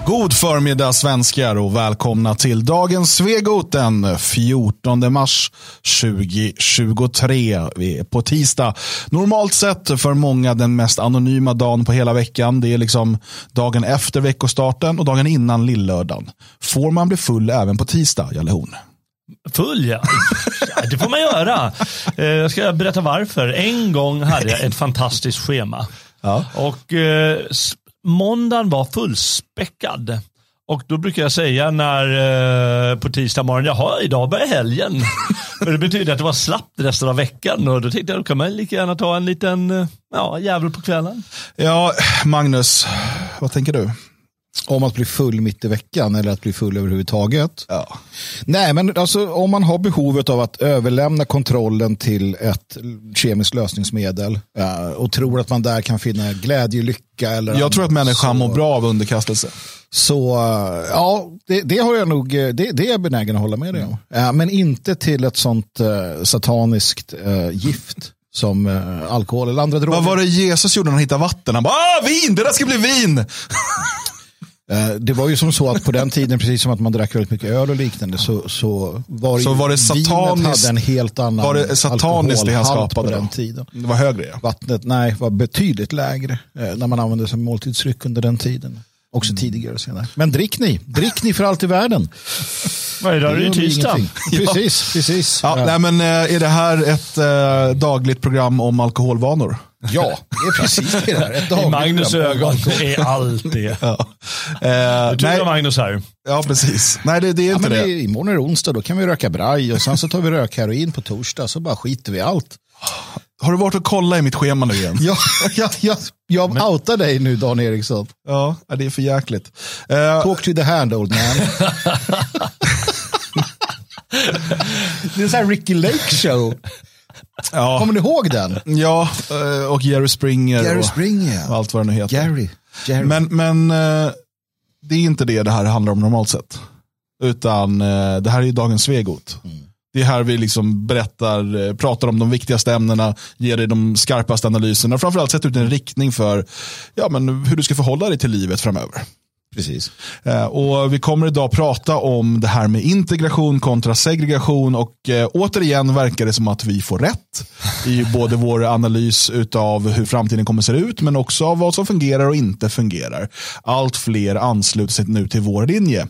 God förmiddag svenskar och välkomna till dagens Svegot den 14 mars 2023. Vi är på tisdag. Normalt sett för många den mest anonyma dagen på hela veckan. Det är liksom dagen efter veckostarten och dagen innan lillördagen. Får man bli full även på tisdag, Jalle Horn? Full, ja. Det får man göra. Jag ska berätta varför. En gång hade jag ett fantastiskt schema. Ja. Och måndagen var fullspäckad. Och då brukar jag säga när på tisdag morgon, jaha, idag börjar helgen. För det betyder att det var slappt resten av veckan. Och då tänkte jag, då kan man lika gärna ta en liten jävel på kvällen. Ja, Magnus, vad tänker du? Om att bli full mitt i veckan eller att bli full överhuvudtaget. Ja. Nej, men alltså om man har behovet av att överlämna kontrollen till ett kemiskt lösningsmedel och tror att man där kan finna glädje, lycka eller jag tror att människan mår bra av underkastelse. Så ja, det har jag nog, det är jag benägen att hålla med dig om. Men inte till ett sånt sataniskt gift som alkohol eller andra droger. Vad var det Jesus gjorde när han hittade vatten? Han bara, vin, det där ska bli vin! Det var ju som så att på den tiden, precis som att man drack väldigt mycket öl och liknande, så var det sataniskt, hade en helt annan var det sataniskt det han skapade på den tiden. Det var högre, ja. Vattnet, var betydligt lägre när man använde det som måltidsdryck under den tiden. Också tidigare och senare. Men drick ni för allt i världen. Vad är det? Det är tisdag. Precis. Ja, nej, men är det här ett dagligt program om alkoholvanor? Ja, det är precis det där. Ett i Magnus ögon är allt det. Ja. Du tror Magnus här. Ja, precis. Nej, det är inte det. Imorgon är det onsdag, då kan vi röka braj och sen så tar vi rökheroin på torsdag, så bara skiter vi allt. Har du varit och kollat i mitt schema nu igen? Jag outar dig nu, Dan Eriksson. Ja, det är för jäkligt. Talk to the hand, old man. Det är en sån här Ricky Lake show. Ja. Kommer ni ihåg den? Ja, och Jerry Springer. Och allt vad det nu heter. Jerry. Men det är inte det här handlar om normalt sett. Utan det här är ju dagens Svegot. Det är här vi liksom pratar om de viktigaste ämnena, ger dig de skarpaste analyserna och framförallt sätter ut en riktning för hur du ska förhålla dig till livet framöver. Precis. Och vi kommer idag prata om det här med integration kontra segregation och återigen verkar det som att vi får rätt i både vår analys utav hur framtiden kommer se ut men också av vad som fungerar och inte fungerar. Allt fler ansluter sig nu till vår linje.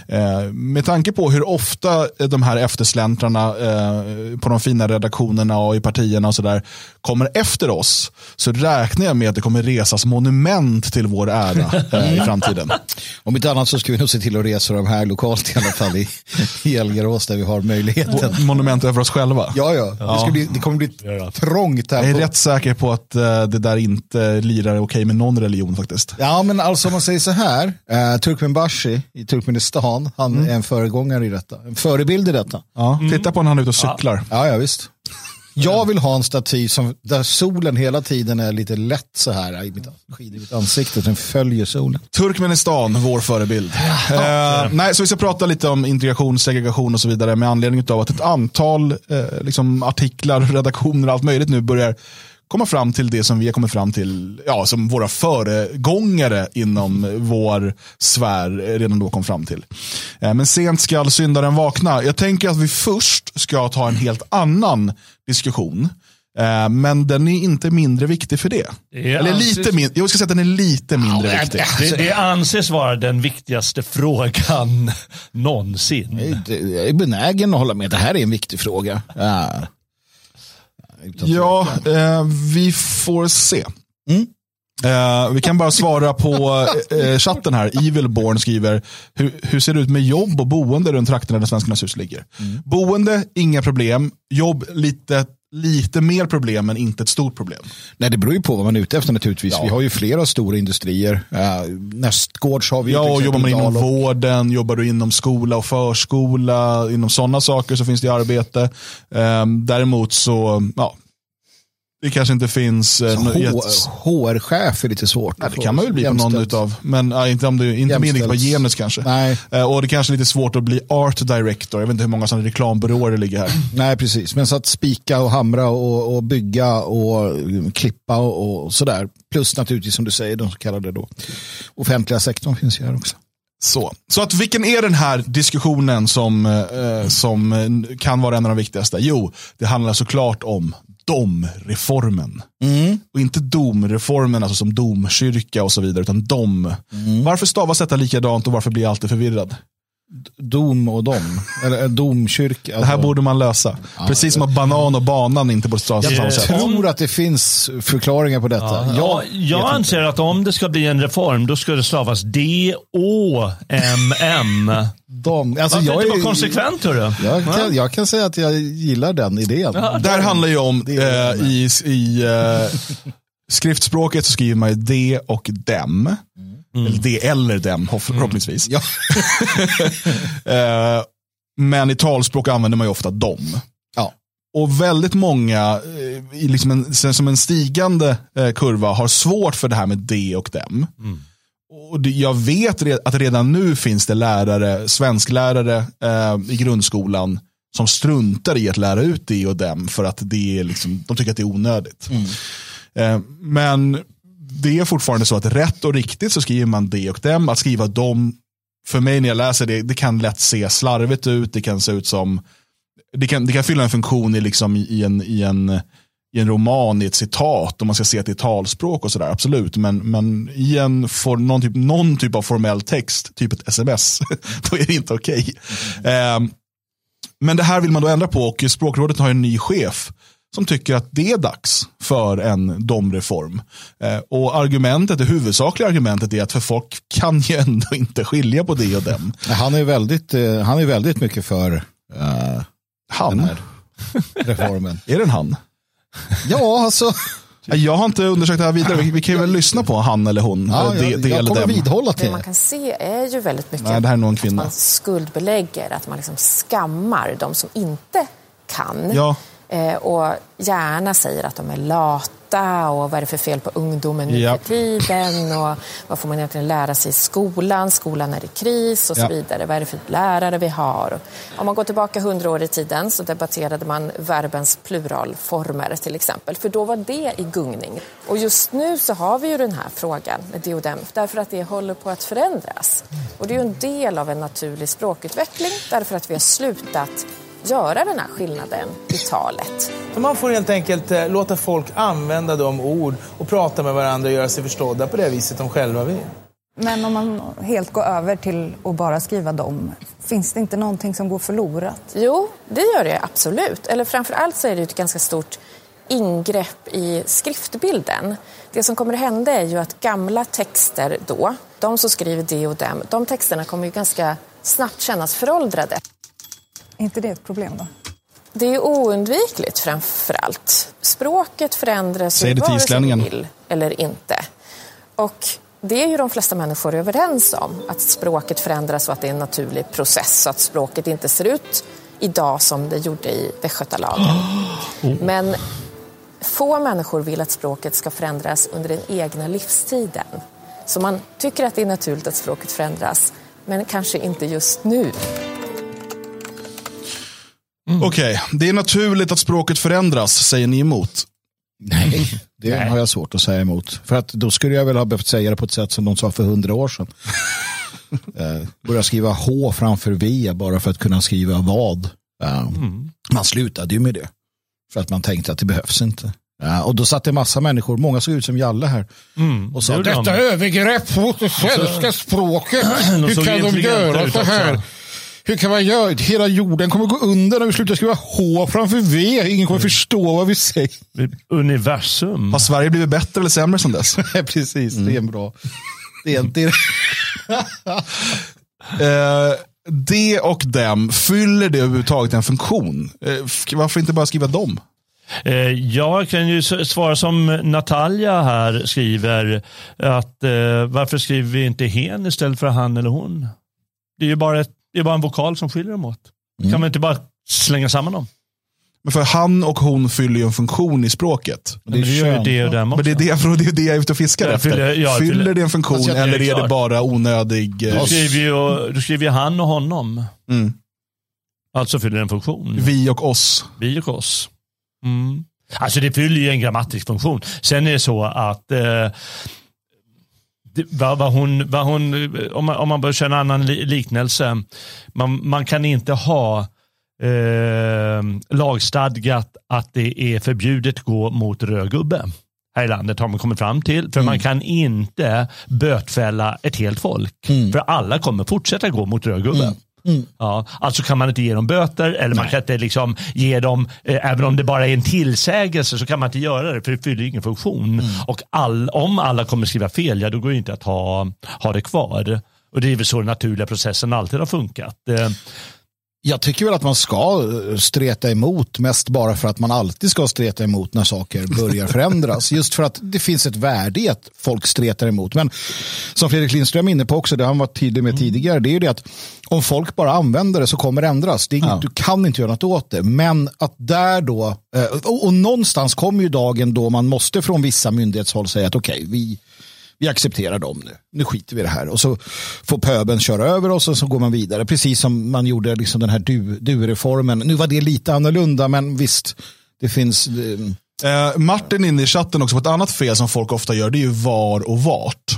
Med tanke på hur ofta de här eftersläntrarna på de fina redaktionerna och i partierna och sådär kommer efter oss, så räknar jag med att det kommer resas monument till vår ära i framtiden. Om inte annat så ska vi nog se till att resa de här lokalt i alla fall i Elgarås där vi har möjligheten. Monument över oss själva. Ja. Det kommer bli trångt här. Jag är rätt säker på att det där inte lirar okej med någon religion faktiskt. Ja, men alltså om man säger så här, Turkmenbashi i Turkmenistan, han är en föregångare i detta. En förebild i detta. Ja, titta på när han är ute och cyklar. Ja, visst. Jag vill ha en staty där solen hela tiden är lite lätt så här i mitt ansikte. Den följer solen. Turkmenistan, vår förebild. Nej, så vi ska prata lite om integration, segregation och så vidare med anledning av att ett antal artiklar, redaktioner och allt möjligt nu börjar komma fram till det som vi har kommit fram till, som våra föregångare inom vår sfär redan då kom fram till. Men sent skall syndaren vakna. Jag tänker att vi först ska ta en helt annan diskussion. Men den är inte mindre viktig för det. Jag ska säga att den är lite mindre viktig. Det anses vara den viktigaste frågan någonsin. Jag är benägen att hålla med. Det här är en viktig fråga. Vi får se. Vi kan bara svara på chatten här. Evilborn skriver, hur ser det ut med jobb och boende runt trakterna där Svenskarnas hus ligger? Boende, inga problem. Jobb, lite mer problem men inte ett stort problem. Nej, det beror ju på vad man är ute efter naturligtvis. Ja. Vi har ju flera stora industrier. Nästgårds har vi. Ja, och jobbar man inom vården, jobbar du inom skola och förskola, inom sådana saker så finns det arbete. Däremot så, det kanske inte finns HR-chef är lite svårt. Nej, det kan man väl bli på någon utav, men inte om du inte med på genus kanske. Nej. Och det kanske är lite svårt att bli art director. Jag vet inte hur många sådana reklambyråer det ligger här. Nej, precis. Men så att spika och hamra och bygga och klippa och sådär. Plus naturligtvis som du säger, de så kallade då offentliga sektorn finns ju här också. Så att vilken är den här diskussionen som kan vara en av de viktigaste? Jo, det handlar såklart om domreformen. Och inte domreformen, alltså som domkyrka och så vidare, utan dom. Varför stavas detta likadant och varför blir jag alltid förvirrad? Dom och dom. Eller domkyrka. Alltså. Det här borde man lösa. Precis som att banan och banan inte borde stavas på samma sätt. Jag tror att det finns förklaringar på detta. Jag anser att om det ska bli en reform, då ska det stavas D-O-M-M. Alltså jag är konsekvent, hörru. Jag kan säga att jag gillar den idén. Där handlar ju om i skriftspråket så skriver man ju de och dem. Eller det eller dem, förhoppningsvis. Ja. Men i talspråk använder man ju ofta dom. Ja. Och väldigt många, som en stigande kurva, har svårt för det här med de och dem. Och jag vet att redan nu finns det svensklärare i grundskolan som struntar i att lära ut de och dem för att det är de tycker att det är onödigt. Men det är fortfarande så att rätt och riktigt så skriver man de och dem. Att skriva dem, för mig när jag läser det kan lätt se slarvigt ut. Det kan se ut som det kan fylla en funktion i en roman, i ett citat, om man ska se att det är talspråk och sådär, absolut. Men i någon typ av formell text, typ ett sms, då är det inte okej. Men det här vill man då ändra på, och Språkrådet har en ny chef som tycker att det är dags för en domreform. Och det huvudsakliga argumentet är att för folk kan ju ändå inte skilja på det och dem. Han är väldigt mycket för den här reformen. Är den han? Ja, alltså. Jag har inte undersökt det här vidare. Vi kan ju väl lyssna på han eller hon. Jag kommer vidhålla till. Det man kan se är ju väldigt mycket det här är någon kvinna. Att man skuldbelägger, att man skammar de som inte kan. Ja. Och gärna säger att de är lata och vad är det för fel på ungdomen nu för tiden och vad får man egentligen lära sig i skolan är i kris och så vidare, vad är det för lärare vi har. Om man går tillbaka 100 år i tiden så debatterade man verbens pluralformer till exempel, för då var det i gungning. Och just nu så har vi ju den här frågan med det och dem, därför att det håller på att förändras. Och det är ju en del av en naturlig språkutveckling, därför att vi har slutat göra den här skillnaden i talet. Så man får helt enkelt låta folk använda de ord och prata med varandra och göra sig förstådda på det viset de själva vill. Men om man helt går över till att bara skriva dem, finns det inte någonting som går förlorat? Jo, det gör det absolut. Eller framförallt så är det ett ganska stort ingrepp i skriftbilden. Det som kommer att hända är ju att gamla texter då, de som skriver det och dem, de texterna kommer ju ganska snabbt kännas föråldrade. Är inte det ett problem då? Det är oundvikligt framförallt. Språket förändras ju vare sig vi vill eller inte. Och det är ju de flesta människor överens om, att språket förändras och att det är en naturlig process, så att språket inte ser ut idag som det gjorde i Västgötalagen. Men få människor vill att språket ska förändras under den egna livstiden. Så man tycker att det är naturligt att språket förändras, men kanske inte just nu. Okej, det är naturligt att språket förändras, säger ni emot? Nej, det har jag svårt att säga emot. För att då skulle jag väl ha behövt säga det på ett sätt som de sa för 100 år sedan. Börja skriva H framför V bara för att kunna skriva vad. Man slutade ju med det. För att man tänkte att det behövs inte. Och då satt det massa människor, många såg ut som Jalle här. Och sa, detta övergrepp mot det svenska språket. Hur kan de göra så här? Hur kan man göra? Hela jorden kommer gå under när vi slutar skriva H framför V. Ingen kommer förstå vad vi säger. Universum. Har Sverige blivit bättre eller sämre sedan dess? Precis, det är en bra. Det och dem, fyller det överhuvudtaget en funktion? Varför inte bara skriva dem? Jag kan ju svara som Natalia här skriver, att varför skriver vi inte hen istället för han eller hon? Det är ju bara en vokal som skiljer dem åt. Kan man inte bara slänga samman dem? Men för han och hon fyller ju en funktion i språket. Men det gör ju det och dem också. Men det är det jag är ute och fiskar efter. Fyller det en funktion, alltså, eller är det bara onödig? Du skriver ju han och honom. Alltså fyller det en funktion. Vi och oss. Vi och oss. Alltså det fyller ju en grammatisk funktion. Sen är det så att Om man bör köra en annan liknelse, man kan inte ha lagstadgat att det är förbjudet att gå mot röd gubbe. Här i landet har man kommit fram till, för man kan inte bötfälla ett helt folk, för alla kommer fortsätta gå mot röd gubbe. Ja, alltså kan man inte ge dem böter, eller man kan inte liksom ge dem, även om det bara är en tillsägelse, så kan man inte göra det, för det fyller ingen funktion. Och om alla kommer skriva fel, då går det inte att ha det kvar. Och det är väl så den naturliga processen alltid har funkat. Jag tycker väl att man ska streta emot, mest bara för att man alltid ska streta emot när saker börjar förändras. Just för att det finns ett värde i att folk stretar emot. Men som Fredrik Lindström är inne på också, det han var tydlig med tidigare, det är ju det att om folk bara använder det så kommer det ändras. Det är inget, du kan inte göra något åt det. Men att där då, och någonstans kommer ju dagen då man måste från vissa myndighetshåll säga att okej, vi accepterar dem nu. Nu skiter vi i det här. Och så får pöben köra över oss och så går man vidare. Precis som man gjorde liksom den här du-reformen. Nu var det lite annorlunda, men visst, det finns... Martin inne i chatten också på ett annat fel som folk ofta gör, det är ju var och vart.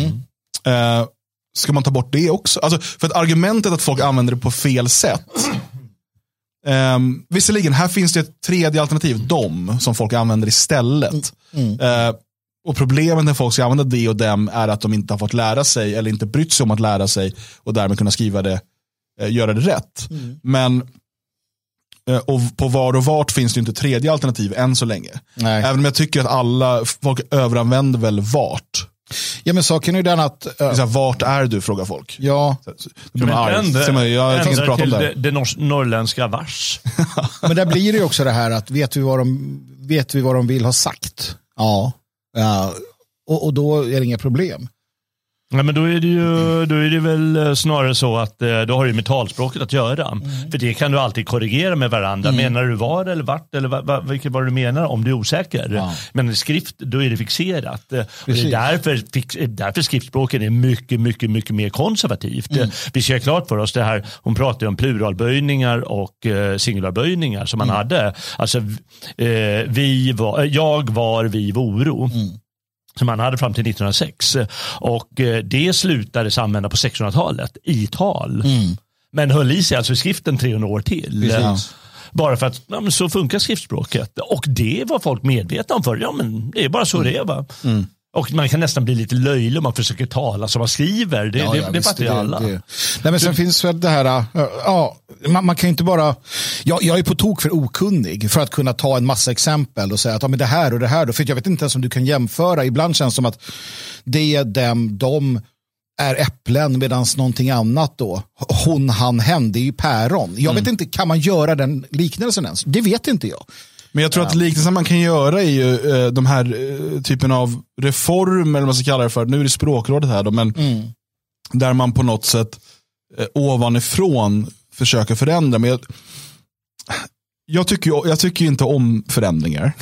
Ska man ta bort det också? Alltså, för att argumentet att folk använder det på fel sätt. Visserligen, här finns det ett tredje alternativ, som folk använder istället. Och problemet när folk ska använda det och dem är att de inte har fått lära sig eller inte brytt sig om att lära sig och därmed kunna skriva det, göra det rätt. Men och på var och vart finns det inte tredje alternativ än så länge. Nej. Även om jag tycker att folk överanvänder väl vart. Ja, men saken är ju den att... vart är du, frågar folk. Ja. Jag tänker inte prata om det. Det norrländska vars. Men där blir det ju också det här att vet vi vad de vill ha sagt? Ja. Och då är det inga problem. Nej, men då är det väl snarare så att då har det med talspråket att göra. För det kan du alltid korrigera med varandra. Menar du var eller vart eller vilket var du menar om du är osäker. Ja. Men i skrift, då är det fixerat. Och det är därför skriftspråket är mycket, mycket, mycket mer konservativt. Vi ser klart för oss det här, hon pratar om pluralböjningar och singularböjningar som man hade. Alltså jag var, vi voro. Som man hade fram till 1906. Och det slutades använda på 1600-talet i tal. Men höll i sig alltså skriften 300 år till. Bara för att så funkar skriftspråket. Och det var folk medvetna om för. Ja, men det är bara så det är, va? Och man kan nästan bli lite löjlig om man försöker tala som man skriver. Det fattar ju alla. Nej, men sen finns väl det här... man kan ju inte bara... Jag är på tok för okunnig för att kunna ta en massa exempel och säga att men det här och det här. För jag vet inte ens om du kan jämföra. Ibland känns det som att det, de är äpplen medan någonting annat då. Hon, han, hen, det är ju päron. Jag vet inte, kan man göra den liknelsen ens? Det vet inte jag. Men jag tror att liknelsen man kan göra är ju de här typen av reformer, eller vad man ska kalla det för. Nu är det språkrådet här då, men där man på något sätt ovanifrån försöker förändra. Men jag tycker inte om förändringar.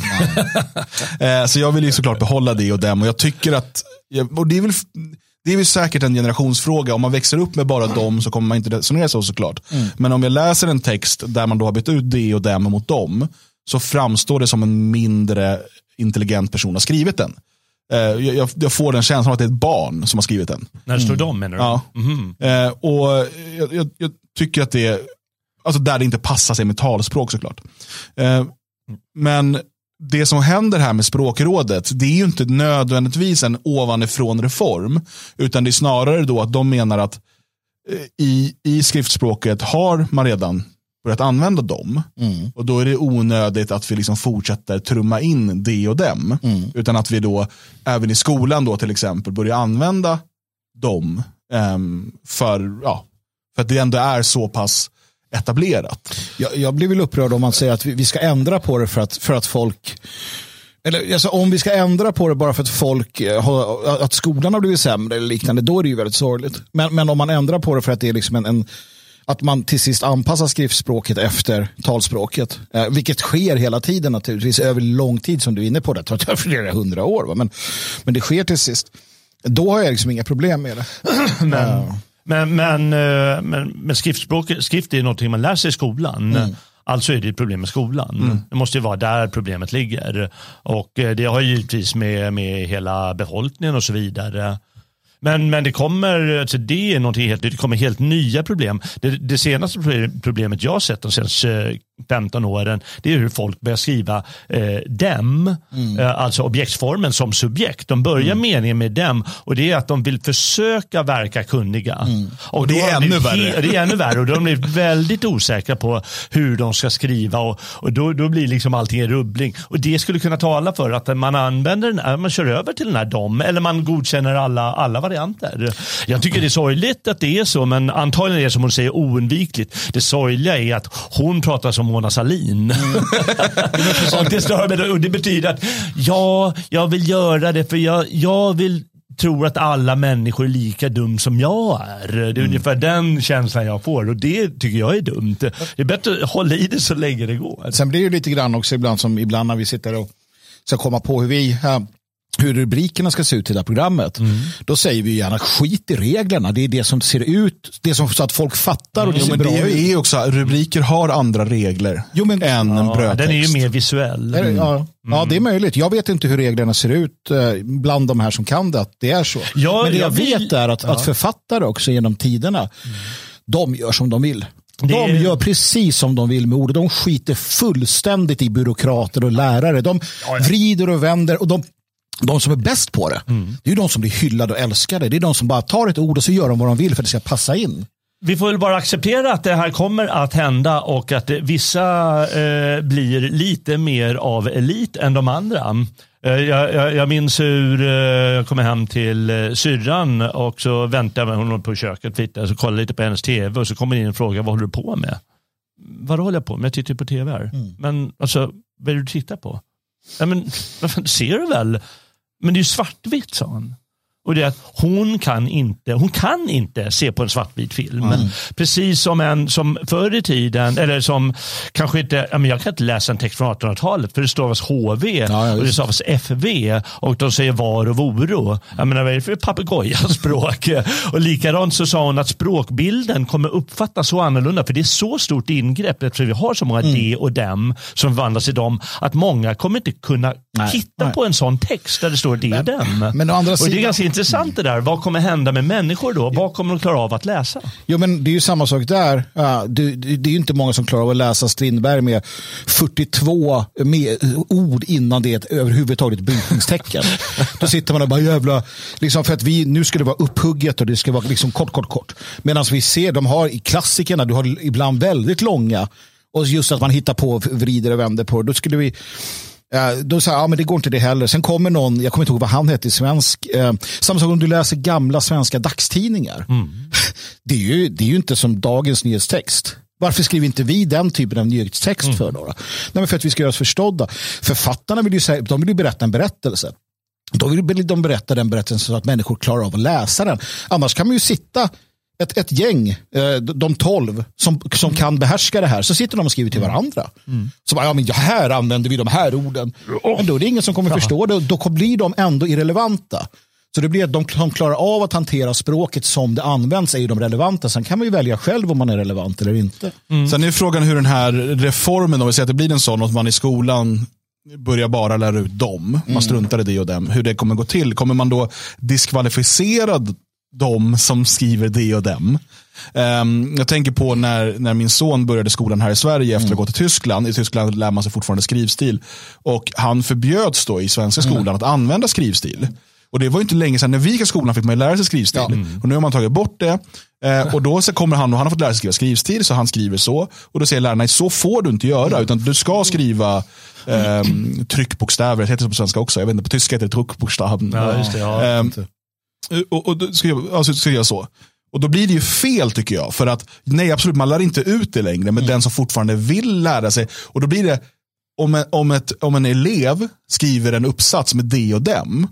Så jag vill ju såklart behålla det och dem. Och jag tycker att, och det är väl säkert en generationsfråga. Om man växer upp med bara dem så kommer man inte resonera så såklart. Men om jag läser en text där man då har bytt ut det och dem mot dem, så framstår det som en mindre intelligent person har skrivit den. Jag får den känslan att det är ett barn som har skrivit den. När det står dem, menar du? Ja. Och jag tycker att det är, alltså där det inte passar sig med talspråk såklart. Men det som händer här med språkrådet, det är ju inte nödvändigtvis en ovanifrån reform, utan det är snarare då att de menar att i skriftspråket har man redan börjat använda dem. Och då är det onödigt att vi liksom fortsätter trumma in det och dem. Utan att vi då även i skolan då till exempel börjar använda dem för att det ändå är så pass etablerat. Jag blir väl upprörd om man säger att vi ska ändra på det för att folk, eller alltså, om vi ska ändra på det bara för att folk att skolan har blivit sämre eller liknande, då är det ju väldigt sorgligt. Men om man ändrar på det för att det är liksom att man till sist anpassar skriftspråket efter talspråket, vilket sker hela tiden naturligtvis, över lång tid som du är inne på det, tror jag, flera 100 år, va? Men det sker till sist. Då har jag liksom inga problem med det. Men skrift är någonting man lär sig i skolan. Alltså är det ett problem med skolan. Det måste ju vara där problemet ligger. Och det har givetvis med hela befolkningen och så vidare. Men det kommer, alltså det är någonting helt nytt. Det kommer helt nya problem. Det senaste problemet jag har sett de senaste 15 åren, det är hur folk börjar skriva dem, alltså objektsformen som subjekt. De börjar meningen med dem, och det är att de vill försöka verka kunniga. Och det är ännu värre. Det är ännu värre, och de blir väldigt osäkra på hur de ska skriva, och då blir liksom allting en rubbling. Och det skulle kunna tala för att man använder den här, man kör över till den här dom, eller man godkänner alla varianter. Jag tycker det är sorgligt att det är så, men antagligen är det som hon säger oundvikligt. Det sorgliga är att hon pratar som Mona Sahlin. och det betyder att jag vill göra det för jag vill tro att alla människor är lika dum som jag är. Det är ungefär den känslan jag får, och det tycker jag är dumt. Det är bättre att hålla i det så länge det går. Sen blir det lite grann också ibland när vi sitter och ska komma på hur rubrikerna ska se ut i det här programmet. Då säger vi gärna skit i reglerna. Det är det som ser ut, det som så att folk fattar. Och det ser bra ut. Det är också, rubriker har andra regler än en brödtext. Den är ju mer visuell. Ja, det är möjligt. Jag vet inte hur reglerna ser ut bland de här som kan det, att det är så. Men det jag vet är att författare också genom tiderna, de gör som de vill. De gör precis som de vill med ord. De skiter fullständigt i byråkrater och lärare. De vrider och vänder, och de som är bäst på det, det är ju de som blir hyllade och älskade. Det är de som bara tar ett ord och så gör de vad de vill för att det ska passa in. Vi får väl bara acceptera att det här kommer att hända, och att vissa blir lite mer av elit än de andra. Jag minns hur jag kom hem till syrran, och så väntade hon på köket, så kollade lite på hennes tv, och så kommer in en fråga: vad håller du på med? Vad håller jag på med? Jag tittar på tv här. Men alltså, vad är det du tittar på? Ja, men ser du väl? Men det är ju svartvitt, sa han. Och det är att hon kan inte se på en svartvit film. Precis som förr i tiden, eller som kanske inte, jag kan inte läsa en text från 1800-talet för det stavas HV och det stavas FV, och de säger var och voro. Jag menar, vad är det för papegojaspråk? Och likadant så sa hon att språkbilden kommer uppfattas så annorlunda, för det är så stort ingrepp, eftersom vi har så många de och dem som förvandlas i dem, att många kommer inte kunna titta på en sån text där det står de och dem. Men å andra sidan, och det är ganska intressant det där. Vad kommer hända med människor då? Vad kommer de klara av att läsa? Jo, men det är ju samma sak där. Det är ju inte många som klarar av att läsa Strindberg med 42 ord innan det är ett överhuvudtaget brytningstecken. Då sitter man och bara jävla, liksom, för att nu ska det vara upphugget och det ska vara liksom kort. Medan vi ser, de har i klassikerna, du har ibland väldigt långa, och just att man hittar på, vrider och vänder på, då skulle vi då sa jag, men det går inte det heller. Sen kommer någon, jag kommer inte ihåg vad han heter i svensk, samma sak om du läser gamla svenska dagstidningar. Det är ju inte som dagens nyhetstext. Varför skriver inte vi den typen av nyhetstext för då? Nej, men för att vi ska göra oss förstådda. Författarna vill ju berätta en berättelse. Då vill de berätta den berättelsen så att människor klarar av att läsa den. Annars kan man ju sitta ett gäng, de 12 som kan behärska det här, så sitter de och skriver till varandra. Så bara, men här använder vi de här orden. Men då är det ingen som kommer förstå det, och då blir de ändå irrelevanta. Så det blir att de klarar av att hantera språket som det används, är ju de relevanta. Sen kan man ju välja själv om man är relevant eller inte. Sen är frågan hur den här reformen, om vi säger att det blir en sån att man i skolan börjar bara lära ut dem, man struntar i det och dem, hur det kommer gå till. Kommer man då diskvalificera de som skriver det och dem? Jag tänker på när min son började skolan här i Sverige efter att ha gått till Tyskland. I Tyskland lär man sig fortfarande skrivstil, och han förbjöds då i svenska skolan att använda skrivstil. Och det var ju inte länge sedan, när vi gick i skolan fick man ju lära sig skrivstil. Och nu har man tagit bort det. Och då så kommer han, och han har fått lära sig skriva skrivstil, så han skriver så. Och då säger lärarna, så får du inte göra, utan du ska skriva tryckbokstäver. Det heter så på svenska också. Jag vet inte, på tyska heter det tryckbokstav. Ja, just det, och då ska jag så. Och då blir det ju fel, tycker jag. För att, nej absolut, man lär inte ut det längre. Men den som fortfarande vill lära sig. Och då blir det, om en elev skriver en uppsats med det och dem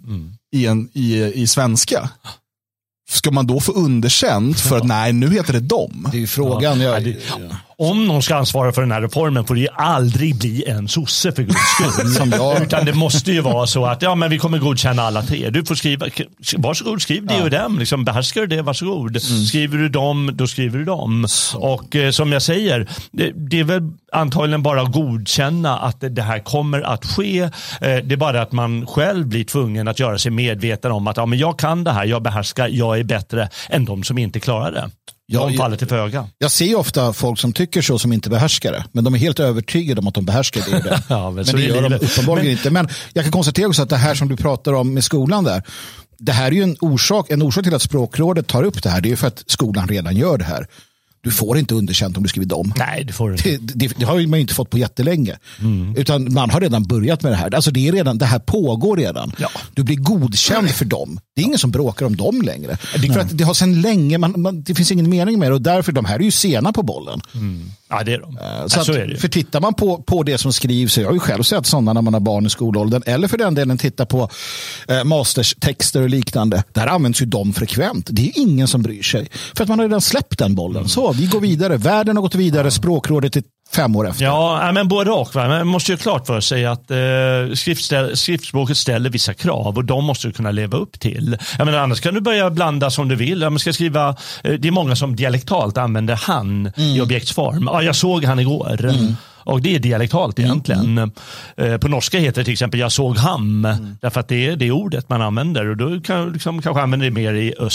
i svenska, ska man då få underkänt för att nej, nu heter det dem? Det är ju frågan. Om någon ska ansvara för den här reformen får det ju aldrig bli en sosse för guds skull. Utan det måste ju vara så att men vi kommer godkänna alla 3. Du får skriva, varsågod, skriv det och dem. Liksom, behärskar du det, varsågod. Skriver du dem, då skriver du dem. Så. Och som jag säger, det är väl antagligen bara att godkänna att det här kommer att ske. Det är bara att man själv blir tvungen att göra sig medveten om att men jag kan det här, jag behärskar, jag är bättre än de som inte klarar det. De faller till föga. Jag ser ju ofta folk som tycker så som inte behärskar det. Men de är helt övertygade om att de behärskar det. Men det gör de uppenbarligen inte. Men jag kan konstatera också att det här som du pratar om med skolan där. Det här är ju en orsak till att Språkrådet tar upp det här. Det är ju för att skolan redan gör det här. Du får inte underkänt om du skriver dom. Nej, det får du inte. Det har man ju inte fått på jättelänge. Utan man har redan börjat med det här. Alltså det här pågår redan. Ja. Du blir godkänd för dem. Det är ingen som bråkar om dem längre. För att det har sedan länge, det finns ingen mening med det. Och därför, de här är ju sena på bollen. Ja, det är de. Så är det. För tittar man på det som skrivs, jag har ju själv sett sådana när man har barn i skolåldern. Eller för den delen titta på masterstexter och liknande. Där används ju de frekvent. Det är ingen som bryr sig. För att man har redan släppt den bollen. Så vi går vidare. Världen har gått vidare. Språkrådet är 5 år efter. Ja, men både och. Va? Men man måste ju klart för sig att skriftspråket ställer vissa krav och de måste du kunna leva upp till. Jag menar, annars kan du börja blanda som du vill. Man ska skriva, det är många som dialektalt använder han i objektsform. Ja, jag såg han igår. Och det är dialektalt egentligen. På norska heter det till exempel jag såg ham. Därför att det är det ordet man använder. Och då kan liksom, kanske använder det mer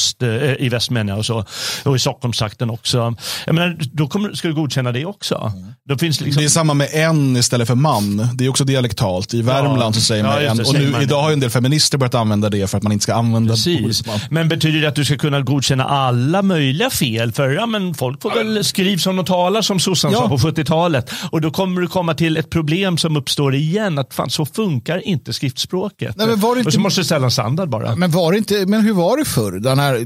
i västmänniska och så. Och i Stockholmsakten också. Jag menar, då ska du godkänna det också. Då finns liksom... Det är samma med en istället för man. Det är också dialektalt. I Värmland så säger man en. Och nu, idag har ju en del feminister börjat använda det för att man inte ska använda ordet man. Men betyder det att du ska kunna godkänna alla möjliga fel? För men folk får väl skriva som de talar som sossarna sa på 70-talet. Och då kommer du komma till ett problem som uppstår igen, att fan, så funkar inte skriftspråket. Nej, men var det inte... Och så måste du ställa en standard bara. Men hur var det förr? Den här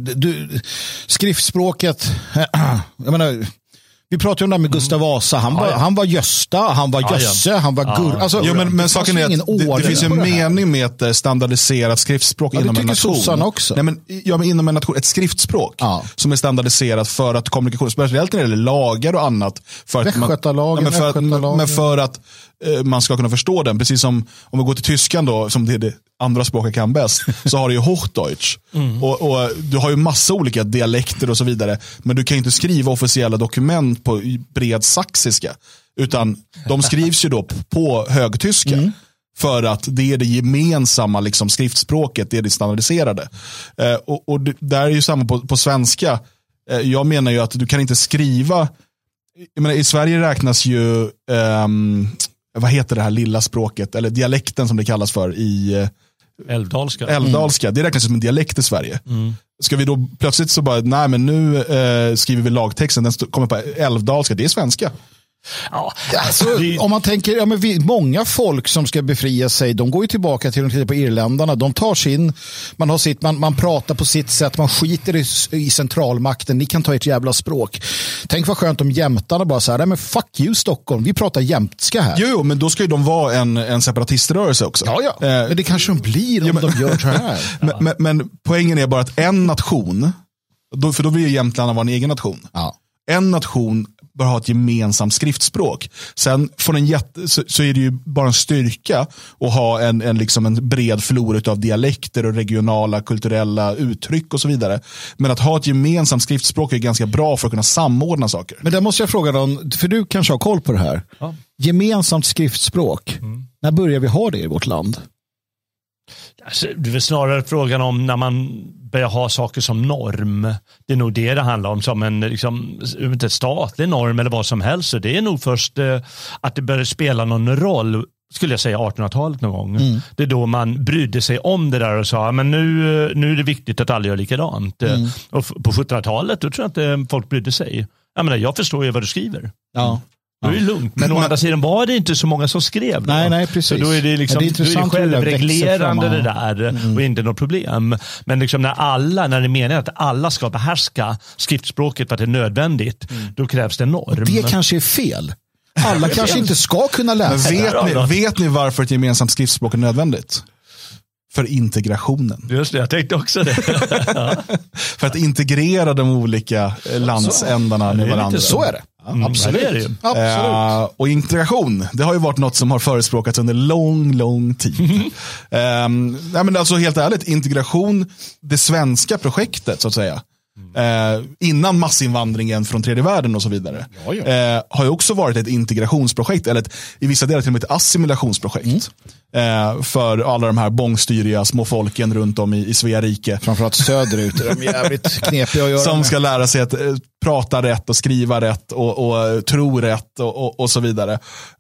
skriftspråket, jag menar, vi pratade om det med Gustav Vasa. Han var Gösta, han var Jösse, han var Gur. Alltså, men saken är att det finns ju en mening med ett standardiserat skriftspråk inom en nation. Också. Nej, men inom en nation, ett skriftspråk som är standardiserat för att kommunikation, speciellt när det gäller lagar och annat. För att man ska kunna förstå den. Precis som om vi går till tyskan då, som det är det andra språket kan bäst, så har du ju Hochdeutsch. Och du har ju massa olika dialekter och så vidare. Men du kan ju inte skriva officiella dokument på bred saxiska. Utan de skrivs ju då på högtyska. För att det är det gemensamma liksom, skriftspråket, det är det standardiserade. Och där är ju samma på svenska. Jag menar ju att du kan inte skriva... Jag menar, i Sverige räknas ju... vad heter det här lilla språket? Eller dialekten som det kallas för i... Älvdalska. Det räknas som en dialekt i Sverige. Ska vi då plötsligt så bara, nej men nu skriver vi lagtexten, den kommer på älvdalska, det är svenska. Ja, alltså, om man tänker, många folk som ska befria sig, de går ju tillbaka till på irländarna, de tar man pratar på sitt sätt, man skiter i centralmakten, ni kan ta ert jävla språk. Tänk vad skönt om jämtarna bara så här, nej men fuck you Stockholm, vi pratar jämtska här. Jo, men då ska ju de vara en separatiströrelse också. Ja. Men det kanske de blir om de gör så här. Men poängen är bara att en nation, för då vill ju Jämtland vara en egen nation. Ja. En nation bör ha ett gemensamt skriftspråk. Sen så är det ju bara en styrka att ha en bred flora av dialekter och regionala kulturella uttryck och så vidare. Men att ha ett gemensamt skriftspråk är ganska bra för att kunna samordna saker. Men där måste jag fråga dig, för du kanske har koll på det här. Ja. Gemensamt skriftspråk. När börjar vi ha det i vårt land? Alltså, det är väl snarare frågan om när man börjar ha saker som norm. Det är nog det handlar om, som en inte statlig norm eller vad som helst. Så det är nog först att det börjar spela någon roll, skulle jag säga 1800-talet någon gång. Det är då man brydde sig om det där och sa, men nu är det viktigt att alla gör likadant. Och på 1700-talet då tror jag inte folk brydde sig. Jag förstår ju vad du skriver. Ja. Då är det lugnt. Men å andra sidan var det inte så många som skrev. Nej, precis. Så då är det liksom, det är självreglerande det där och inte något problem. Men när det menar att alla ska behärska skriftspråket för att det är nödvändigt, då krävs det en norm. Och det kanske är fel. Alla kanske inte ska kunna läsa. Men vet ni varför ett gemensamt skriftspråk är nödvändigt? För integrationen. Just det, jag tänkte också det. För att integrera de olika landsändarna med varandra. Så är det. Absolut. Det är det ju. Absolut. Och integration, det har ju varit något som har förespråkats under lång tid. Nej, men alltså helt ärligt, integration, det svenska projektet så att säga, innan massinvandringen från tredje världen och så vidare, har ju också varit ett integrationsprojekt, eller i vissa delar till och med ett assimilationsprojekt. För alla de här bångstyriga små folken runt om i Svea rike. Framförallt söderut är de jävligt knepiga att göra som med. ska lära sig att prata rätt och skriva rätt och tro rätt och så vidare.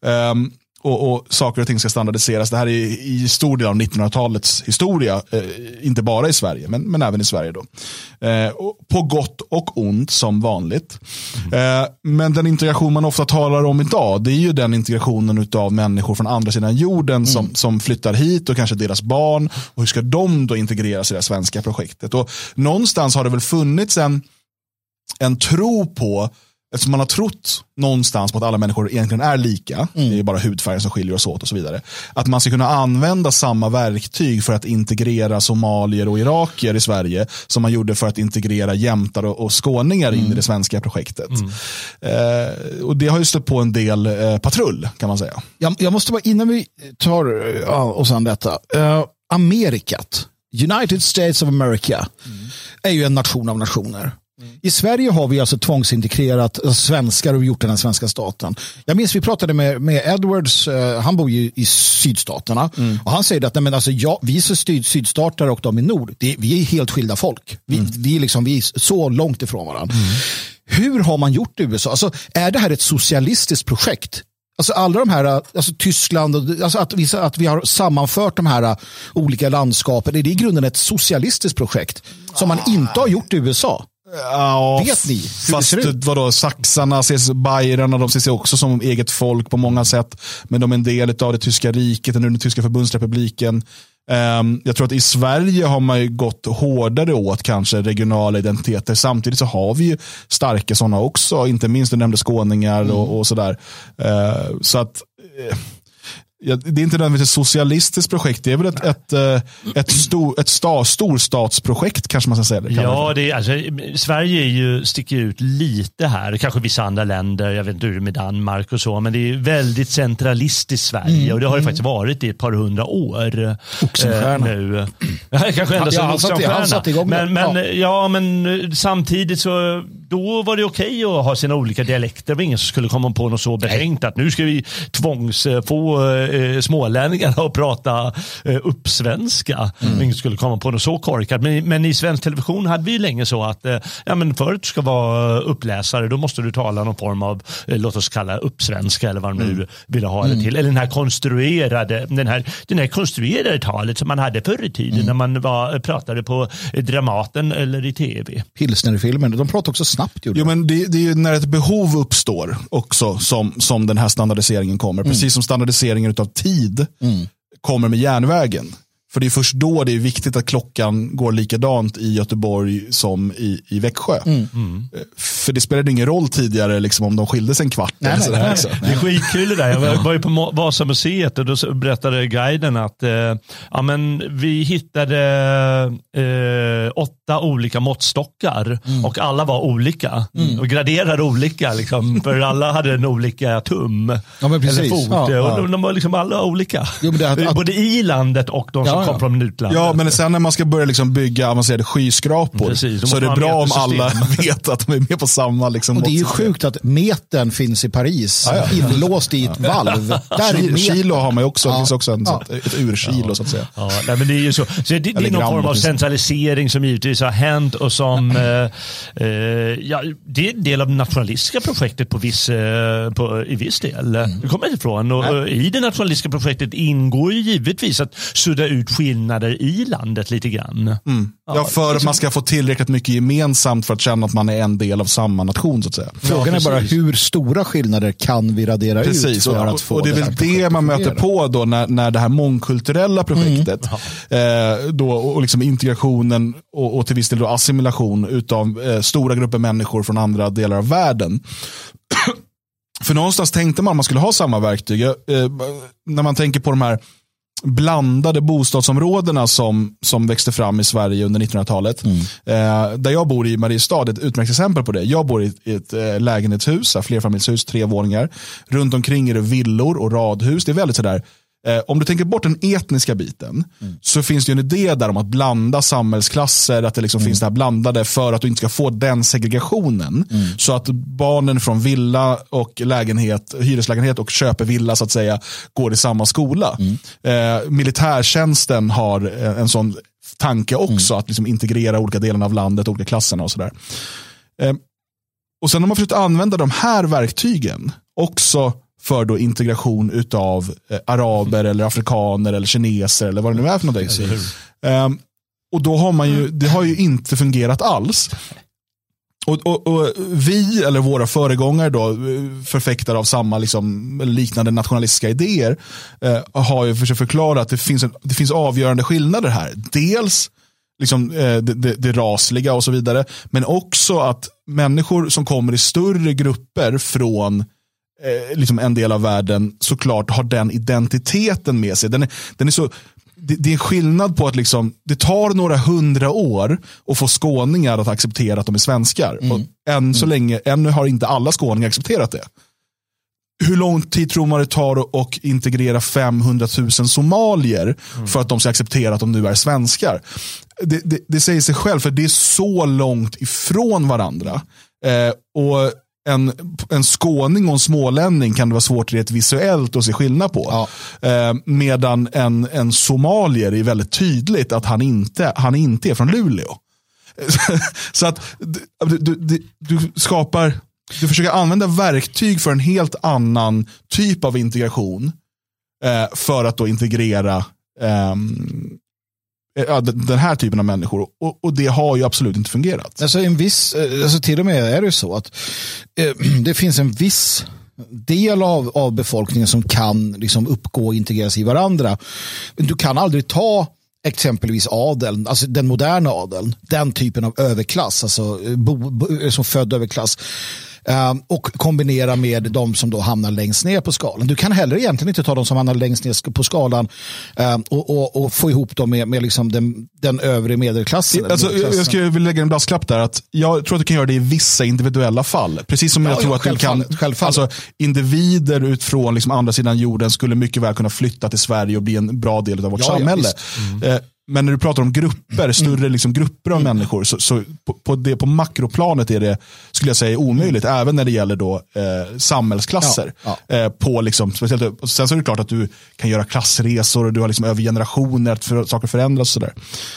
Och saker och ting ska standardiseras. Det här är i stor del av 1900-talets historia, inte bara i Sverige, men även i Sverige då. På gott och ont som vanligt. Men den integration man ofta talar om idag, det är ju den integrationen av människor från andra sidan jorden som flyttar hit, och kanske deras barn, och hur ska de då integreras i det svenska projektet. Och någonstans har det väl funnits en tro på, eftersom man har trott någonstans på att alla människor egentligen är lika, det är bara hudfärgen som skiljer oss åt och så vidare, att man ska kunna använda samma verktyg för att integrera somalier och irakier i Sverige som man gjorde för att integrera jämtar och skåningar in i det svenska projektet. Och det har ju stött på en del patrull, kan man säga. Jag måste bara, innan vi tar oss an detta, Amerikat, United States of America, är ju en nation av nationer. I Sverige har vi alltså tvångsintegrerat svenskar och gjort den svenska staten. Jag minns vi pratade med Edwards, han bor ju i sydstaterna, och han säger att nej, men alltså, vi är sydstatare och de är nord. Vi är helt skilda folk. Vi är så långt ifrån varandra. Hur har man gjort i USA? Alltså, är det här ett socialistiskt projekt? Alltså alla de här, alltså Tyskland, alltså att vi har sammanfört de här olika landskapen, är det i grunden ett socialistiskt projekt som man inte har gjort i USA? Ja, vet ni hur det ser ut? Vadå, saxarna ses, bajerarna, de ser sig också som eget folk på många sätt, men de är en del av det tyska riket, den tyska förbundsrepubliken. Jag tror att i Sverige har man ju gått hårdare åt kanske regionala identiteter. Samtidigt så har vi ju starka sådana också, inte minst du nämnde skåningar och sådär. Så att det är inte nödvändigtvis ett socialistiskt projekt, det är väl ett storstatsprojekt kanske man ska säga det. Ja, Sverige sticker ut lite här, kanske vissa andra länder, jag vet inte hur det är med Danmark och så, men det är väldigt centralistiskt Sverige, och det har ju faktiskt varit i ett par 100 år nu. Kanske ända sedan Oxenstierna. Men samtidigt så då var det okej att ha sina olika dialekter. Det var ingen som skulle komma på något så betänkt att nu ska vi få smålänningar att prata uppsvenska. Ingen skulle komma på något så korkat. Men i svensk television hade vi länge så att för att du ska vara uppläsare, då måste du tala någon form av, låt oss kalla uppsvenska eller vad man nu vill ha det till. Eller den här konstruerade talet som man hade förr i tiden när man pratade på Dramaten eller i tv. Pilsnerfilmen, de pratar också snabbt. Jo, men det är ju när ett behov uppstår också som den här standardiseringen kommer. Precis som standardiseringen utav tid kommer med järnvägen. För det är först då det är viktigt att klockan går likadant i Göteborg som i Växjö. För det spelade ingen roll tidigare liksom, om de skildes en kvart. Nej. Det är skitkul det där. Jag var ju på Vasamuseet och då berättade guiden att vi hittade 8 olika måttstockar och alla var olika och graderade olika liksom, för alla hade en olika tum eller fot. Och de var liksom alla olika. Jo, både i landet och de som kom från utlandet. Ja, men sen när man ska börja liksom bygga avancerade skyskrapor, så är det bra om alla vet att de är med på samma liksom. Och det är ju sjukt att metern finns i Paris, inlåst i ett valv. Där kilo har man ju också, det finns också ett urkilo så att säga. Ja, nej, men det är ju så det är någon form av centralisering som givetvis har hänt och som det är en del av det nationalistiska projektet i viss del. Det kommer inte ifrån. Och i det nationalistiska projektet ingår ju givetvis att sudda ut skillnader i landet lite grann. För att man ska få tillräckligt mycket gemensamt för att känna att man är en del av samma nation så att säga. Frågan är bara hur stora skillnader kan vi radera ut för att få och det är väl det man möter på då när det här mångkulturella projektet då, och liksom integrationen och till viss del då assimilation utav stora grupper människor från andra delar av världen. För någonstans tänkte man skulle ha samma verktyg. När man tänker på de här blandade bostadsområdena som växte fram i Sverige under 1900-talet. Där jag bor i Mariestad, ett utmärkt exempel på det. Jag bor i ett lägenhetshus, flerfamiljshus, 3 våningar. Runt omkring är det villor och radhus. Det är väldigt sådär. Om du tänker bort den etniska biten så finns det ju en idé där om att blanda samhällsklasser, att det liksom finns det här blandade för att du inte ska få den segregationen. Så att barnen från villa och hyreslägenhet och köpevilla så att säga går i samma skola. Militärtjänsten har en sån tanke också att liksom integrera olika delar av landet, olika klasserna och sådär. Och sen har man försökt använda de här verktygen också för då integration utav araber eller afrikaner eller kineser eller vad det nu är för någonting. Och då har man ju, det har ju inte fungerat alls. Och vi eller våra föregångare då, förfäktare av samma liksom, liknande nationalistiska idéer har ju försökt förklara att det finns avgörande skillnader här. Dels liksom, det rasliga och så vidare, men också att människor som kommer i större grupper från liksom en del av världen såklart har den identiteten med sig. Den är så, det är skillnad på att liksom, det tar några 100 år att få skåningar att acceptera att de är svenskar. Och ännu har inte alla skåningar accepterat det. Hur lång tid tror man det tar att integrera 500 000 somalier för att de ska acceptera att de nu är svenskar? Det säger sig själv, för det är så långt ifrån varandra. Och en skåning och en smålänning kan det vara svårt rent visuellt att se skillnad på. Medan en somalier är väldigt tydligt att han inte är från Luleå. Så att du försöker använda verktyg för en helt annan typ av integration för att då integrera den här typen av människor, och det har ju absolut inte fungerat. Alltså till och med är det så att det finns en viss del av befolkningen som kan liksom uppgå och integreras i varandra. Du kan aldrig ta exempelvis adeln, alltså den moderna adeln, den typen av överklass, alltså som född överklass, och kombinera med de som då hamnar längst ner på skalan. Du kan heller egentligen inte ta de som hamnar längst ner på skalan och få ihop dem med liksom den övre medelklassen. Alltså, jag skulle vilja lägga en brasklapp där, att jag tror att du kan göra det i vissa individuella fall. Precis som jag tror att du kan, alltså, individer utifrån liksom andra sidan jorden skulle mycket väl kunna flytta till Sverige och bli en bra del av vårt samhälle. Men när du pratar om grupper, större liksom grupper av människor, så på makroplanet är det, skulle jag säga, omöjligt, även när det gäller då samhällsklasser. På liksom, speciellt, sen så är det klart att du kan göra klassresor och du har liksom över generationer att saker förändras och sådär.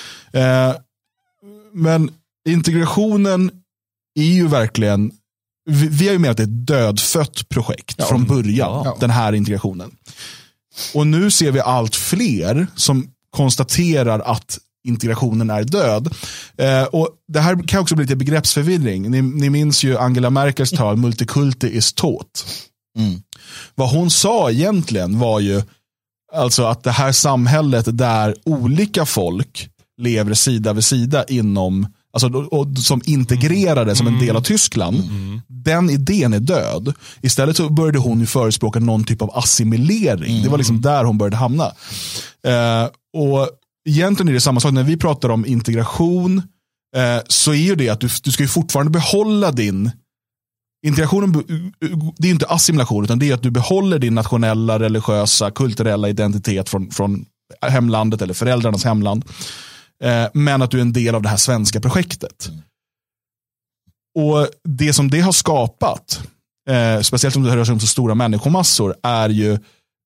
Men integrationen är ju verkligen, vi har ju menat att det är ett dödfött projekt från början, den här integrationen. Och nu ser vi allt fler som konstaterar att integrationen är död. Och det här kan också bli lite begreppsförvirring. Ni minns ju Angela Merkels tal, multikulti is taught. Vad hon sa egentligen var ju alltså att det här samhället där olika folk lever sida vid sida inom, alltså, och som integrerade som en del av Tyskland, den idén är död. Istället så började hon ju förespråka någon typ av assimilering. Det var liksom där hon började hamna. Och egentligen är det samma sak när vi pratar om integration, så är ju det att du ska ju fortfarande behålla din integrationen. Det är ju inte assimilation, utan det är att du behåller din nationella, religiösa, kulturella identitet från hemlandet eller föräldrarnas hemland, men att du är en del av det här svenska projektet. Och det som det har skapat, speciellt om det rör sig om så stora människomassor, är ju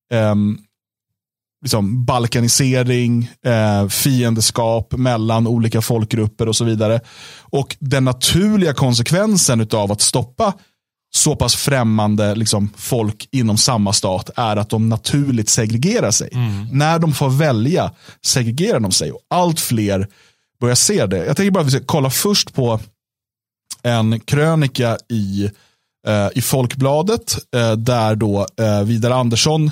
liksom balkanisering, fiendeskap mellan olika folkgrupper och så vidare. Och den naturliga konsekvensen utav att stoppa så pass främmande liksom, folk inom samma stat är att de naturligt segregerar sig. När de får välja segregerar de sig, och allt fler börjar se det. Jag tänker bara att vi ska kolla först på en krönika i Folkbladet där då Vidar Andersson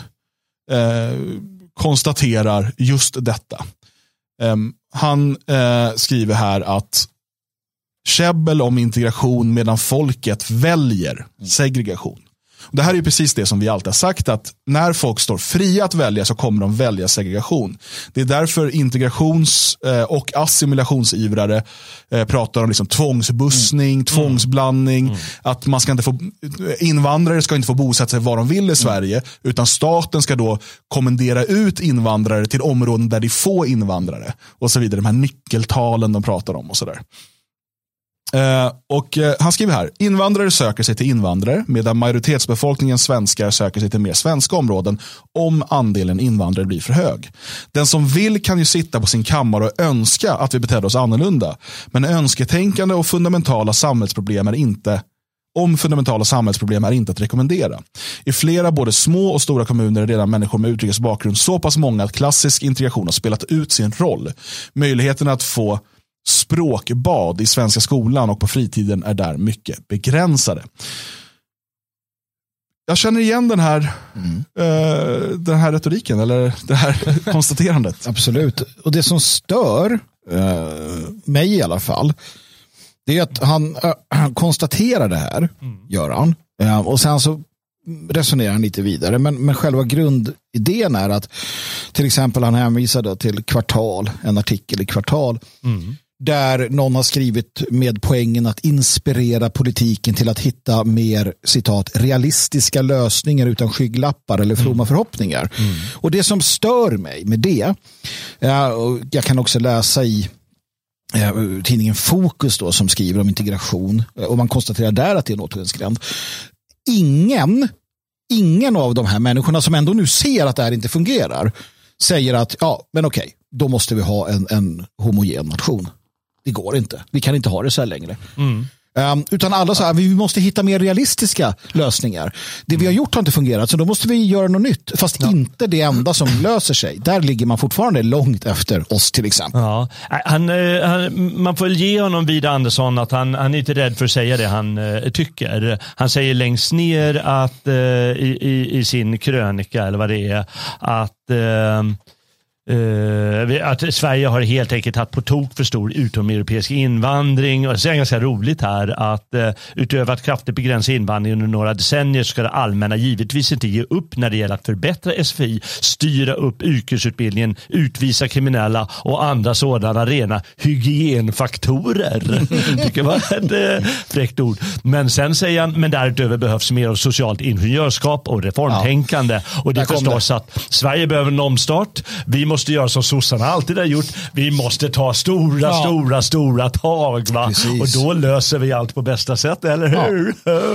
konstaterar just detta. Han skriver här att käbbel om integration medan folket väljer segregation. Det här är ju precis det som vi alltid har sagt, att när folk står fria att välja så kommer de välja segregation. Det är därför integrations- och assimilationsivrare pratar om liksom tvångsbussning, tvångsblandning, att man ska inte få, invandrare ska inte få bosätta sig var de vill i Sverige, utan staten ska då kommendera ut invandrare till områden där det får invandrare och så vidare. De här nyckeltalen de pratar om och sådär. Och han skriver här: invandrare söker sig till invandrare medan majoritetsbefolkningen svenskar söker sig till mer svenska områden om andelen invandrare blir för hög. Den som vill kan ju sitta på sin kammare och önska att vi betedde oss annorlunda, men önsketänkande och fundamentala samhällsproblem är inte att rekommendera. I flera både små och stora kommuner är redan människor med utrikes bakgrund så pass många att klassisk integration har spelat ut sin roll. Möjligheten att få språkbad i svenska skolan och på fritiden är där mycket begränsade. Jag känner igen den här retoriken, eller det här konstaterandet. Absolut. Och det som stör mig i alla fall, det är att han konstaterar det här, gör han. Och sen så resonerar han lite vidare. Men själva grundidén är att till exempel han hänvisade till Kvartal, en artikel i Kvartal, där någon har skrivit med poängen att inspirera politiken till att hitta mer, citat, realistiska lösningar utan skygglappar eller fromma förhoppningar. Och det som stör mig med det, jag kan också läsa i tidningen Fokus då, som skriver om integration, och man konstaterar där att det är en återvändsgränd. Ingen av de här människorna som ändå nu ser att det här inte fungerar säger att men okej, då måste vi ha en homogen nation. Det går inte. Vi kan inte ha det så här längre. Utan alla så här, vi måste hitta mer realistiska lösningar. Det vi har gjort har inte fungerat, så då måste vi göra något nytt. Fast inte det enda som löser sig. Där ligger man fortfarande långt efter oss till exempel. Ja, man får ge honom Vida Andersson att han är inte rädd för att säga det han tycker. Han säger längst ner att i sin krönika eller vad det är, att Sverige har helt enkelt haft på tok för stor utomeuropeisk invandring, och det är ganska roligt här att utöver att kraftigt begränsa invandring under några decennier ska det allmänna givetvis inte ge upp när det gäller att förbättra SFI, styra upp yrkesutbildningen, utvisa kriminella och andra sådana rena hygienfaktorer. Tycker var ett fräckt ord. Men sen säger han, men därutöver behövs mer av socialt ingenjörskap och reformtänkande, och det är förstås att Sverige behöver en omstart. Vi måste göra som sossarna alltid har gjort. Vi måste ta stora tag, va? Och då löser vi allt på bästa sätt, eller hur?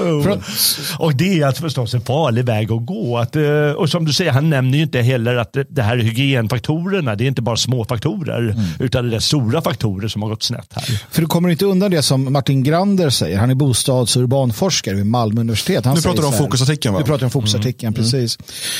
Och det är förstås en farlig väg att gå. Och som du säger, han nämner ju inte heller att det här är hygienfaktorerna. Det är inte bara små faktorer, utan det är stora faktorer som har gått snett här. För du kommer inte undan det som Martin Grander säger. Han är bostads- och urbanforskare vid Malmö universitet. Nu pratar du om fokusartikeln, va? Vi pratar om fokusartikeln, precis.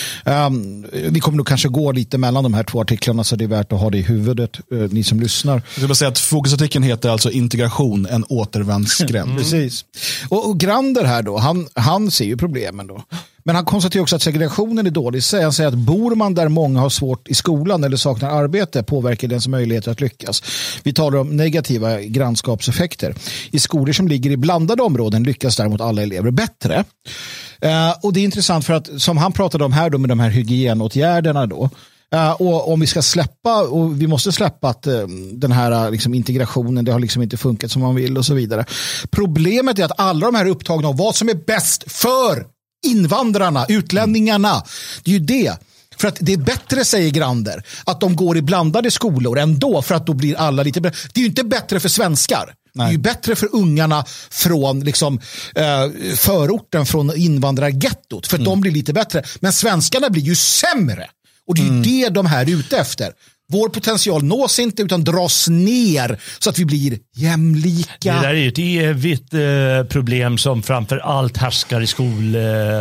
Vi kommer nog kanske gå lite mellan de här två artiklarna, så det är värt att ha det i huvudet, ni som lyssnar. Jag ska bara säga att fokusartikeln heter alltså Integration, en återvändsgränd. Precis. Och Grander här då, han ser ju problemen då. Men han konstaterar också att segregationen är dålig. Han säger att bor man där många har svårt i skolan eller saknar arbete påverkar dens möjligheter att lyckas. Vi talar om negativa grannskapseffekter. I skolor som ligger i blandade områden lyckas däremot alla elever bättre. Och det är intressant för att, som han pratade om här då, med de här hygienåtgärderna då, och om vi ska släppa, och vi måste släppa att den här liksom integrationen, det har liksom inte funkat som man vill och så vidare. Problemet är att alla de här är upptagna av vad som är bäst för invandrarna, utlänningarna. Det är ju det. För att det är bättre, säger Grander, att de går i blandade skolor ändå, för att då blir alla lite bättre. Det är ju inte bättre för svenskar. Nej. Det är ju bättre för ungarna från liksom, förorten, från invandrargettot, för de blir lite bättre. Men svenskarna blir ju sämre. Och det är ju det de här är ute efter. Vår potential nås inte utan dras ner så att vi blir jämlika. Det där är ju ett evigt problem som framför allt härskar i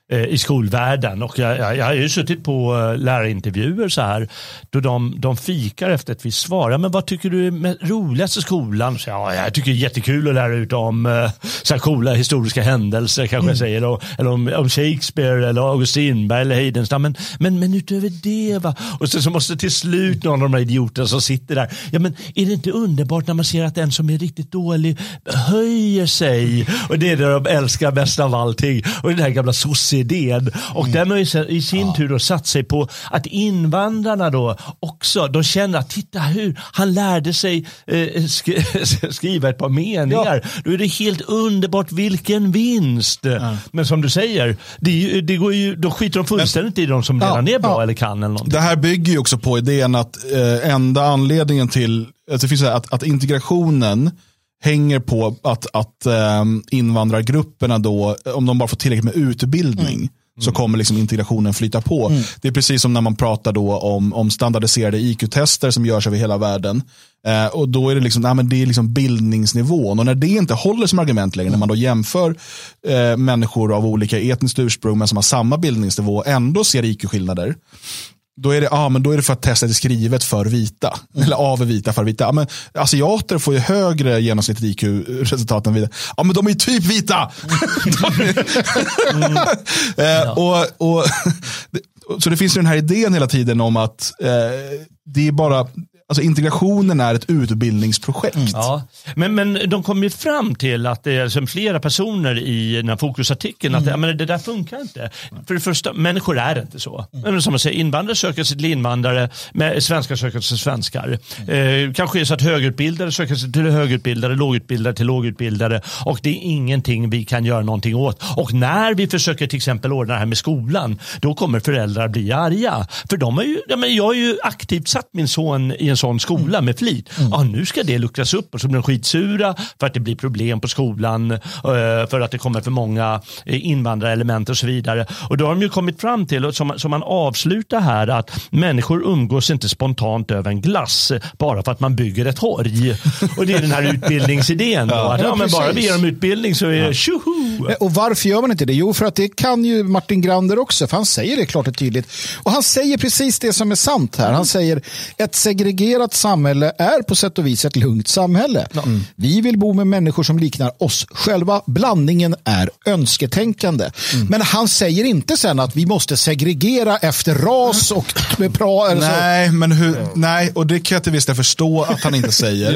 i skolvärlden, och jag har ju suttit på lärarintervjuer så här då de fikar efter ett visst svar. Men vad tycker du är roligast i skolan? Så jag tycker det är jättekul att lära ut om så här coola historiska händelser kanske jag säger, eller om Shakespeare eller August Strindberg eller Heidenstam, men utöver det va. Och så måste till slut någon av de här idioterna som sitter där, ja men är det inte underbart när man ser att den som är riktigt dålig höjer sig, och det är det de älskar bäst av allting, och den här gamla idén. Och den har i sin tur då satt sig på att invandrarna då också, de känner att titta hur han lärde sig skriva ett par meningar. Då är det helt underbart, vilken vinst. Men som du säger, det går ju, då skiter de fullständigt i de som redan är bra eller kan eller någonting. Det här bygger ju också på idén att enda anledningen till att det finns att integrationen hänger på att invandrargrupperna då, om de bara får tillräckligt med utbildning, så kommer liksom integrationen flytta på. Det är precis som när man pratar då om standardiserade IQ-tester som görs över hela världen. Och då är det liksom, men det är liksom bildningsnivån. Och när det inte håller som argument längre, när man då jämför människor av olika etniskt ursprung men som har samma bildningsnivå ändå ser IQ-skillnader, då är det, men då är det för att testet är skrivet för vita. Eller av vita för vita. Men asiater får ju högre genomsnittligt IQ-resultat än vita. Ja, men de är ju typ vita! Så det finns ju den här idén hela tiden om att det är bara... Alltså integrationen är ett utbildningsprojekt. Ja, men de kommer ju fram till att det är som flera personer i den här fokusartikeln att men det där funkar inte. För det första, människor är inte så. Men som man säger, invandrare söker sig till invandrare, svenskar söker sig till svenskar. Kanske är så att högutbildade söker sig till högutbildade, lågutbildade till lågutbildade, och det är ingenting vi kan göra någonting åt. Och när vi försöker till exempel ordna det här med skolan, då kommer föräldrar bli arga. För de är ju, jag har ju aktivt satt min son i en sån skola med flit. Nu ska det luckras upp, och så blir de skitsura för att det blir problem på skolan, för att det kommer för många invandrarelement och så vidare. Och då har de ju kommit fram till, som man avslutar här, att människor umgås inte spontant över en glass bara för att man bygger ett torg. Och det är den här utbildningsidén då. Att, men bara vi ger dem utbildning så är det tjoho! Och varför gör man inte det? Jo, för att det kan ju Martin Grander också, för han säger det klart och tydligt. Och han säger precis det som är sant här. Han säger, ett segregerat samhälle är på sätt och vis ett lugnt samhälle. Vi vill bo med människor som liknar oss själva. Blandningen är önsketänkande. Men han säger inte sen att vi måste segregera efter ras och nej, men nej, och det kan jag till viss del förstå att han inte säger.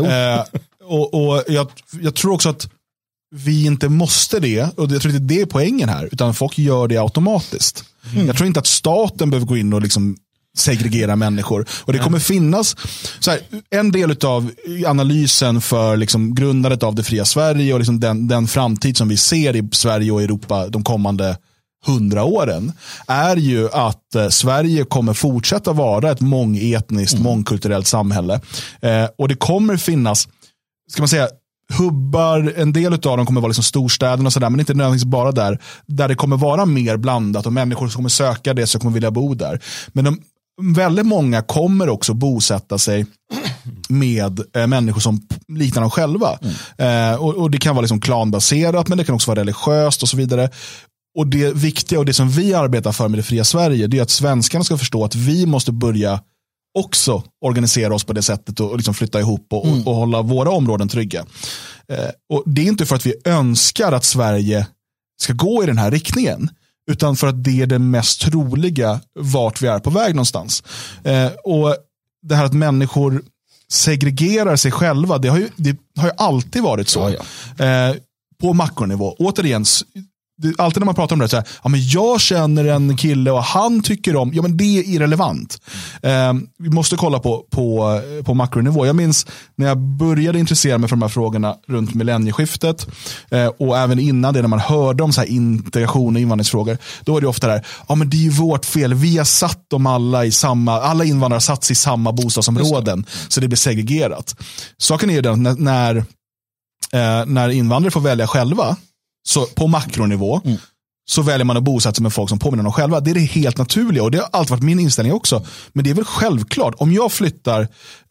Och jag tror också att vi inte måste det, och jag tror inte det är poängen här, utan folk gör det automatiskt. Jag tror inte att staten behöver gå in och liksom segregera människor. Och det kommer finnas så här, en del av analysen för liksom grundandet av det fria Sverige och liksom den framtid som vi ser i Sverige och Europa de kommande 100 åren är ju att Sverige kommer fortsätta vara ett mångetniskt, mångkulturellt samhälle. Och det kommer finnas, ska man säga, hubbar, en del av dem kommer vara liksom storstäderna och sådär, men inte nödvändigtvis bara där det kommer vara mer blandat och människor som kommer söka det så kommer vilja bo där. Men väldigt många kommer också bosätta sig med människor som liknar dem själva. Och det kan vara liksom klanbaserat, men det kan också vara religiöst och så vidare. Och det viktiga och det som vi arbetar för med det fria Sverige, det är att svenskarna ska förstå att vi måste börja också organisera oss på det sättet och liksom flytta ihop och hålla våra områden trygga. Och det är inte för att vi önskar att Sverige ska gå i den här riktningen, utan för att det är det mest troliga vart vi är på väg någonstans. Och det här att människor segregerar sig själva, det har ju alltid varit så. På makronivå. Återigen, alltid när man pratar om det så här, men jag känner en kille och han tycker om, men det är irrelevant. Vi måste kolla på makronivå. Jag minns när jag började intressera mig för de här frågorna runt millennieskiftet, och även innan det, när man hörde om så här integration och invandringsfrågor, då var det ofta där, men det är ju vårt fel, vi har satt dem alla invandrare satts i samma bostadsområden så det blir segregerat. Saken är ju den, när invandrare får välja själva, så på makronivå så väljer man att bosätta sig med folk som påminner om själva. Det är det helt naturliga, och det har alltid varit min inställning också. Men det är väl självklart, om jag flyttar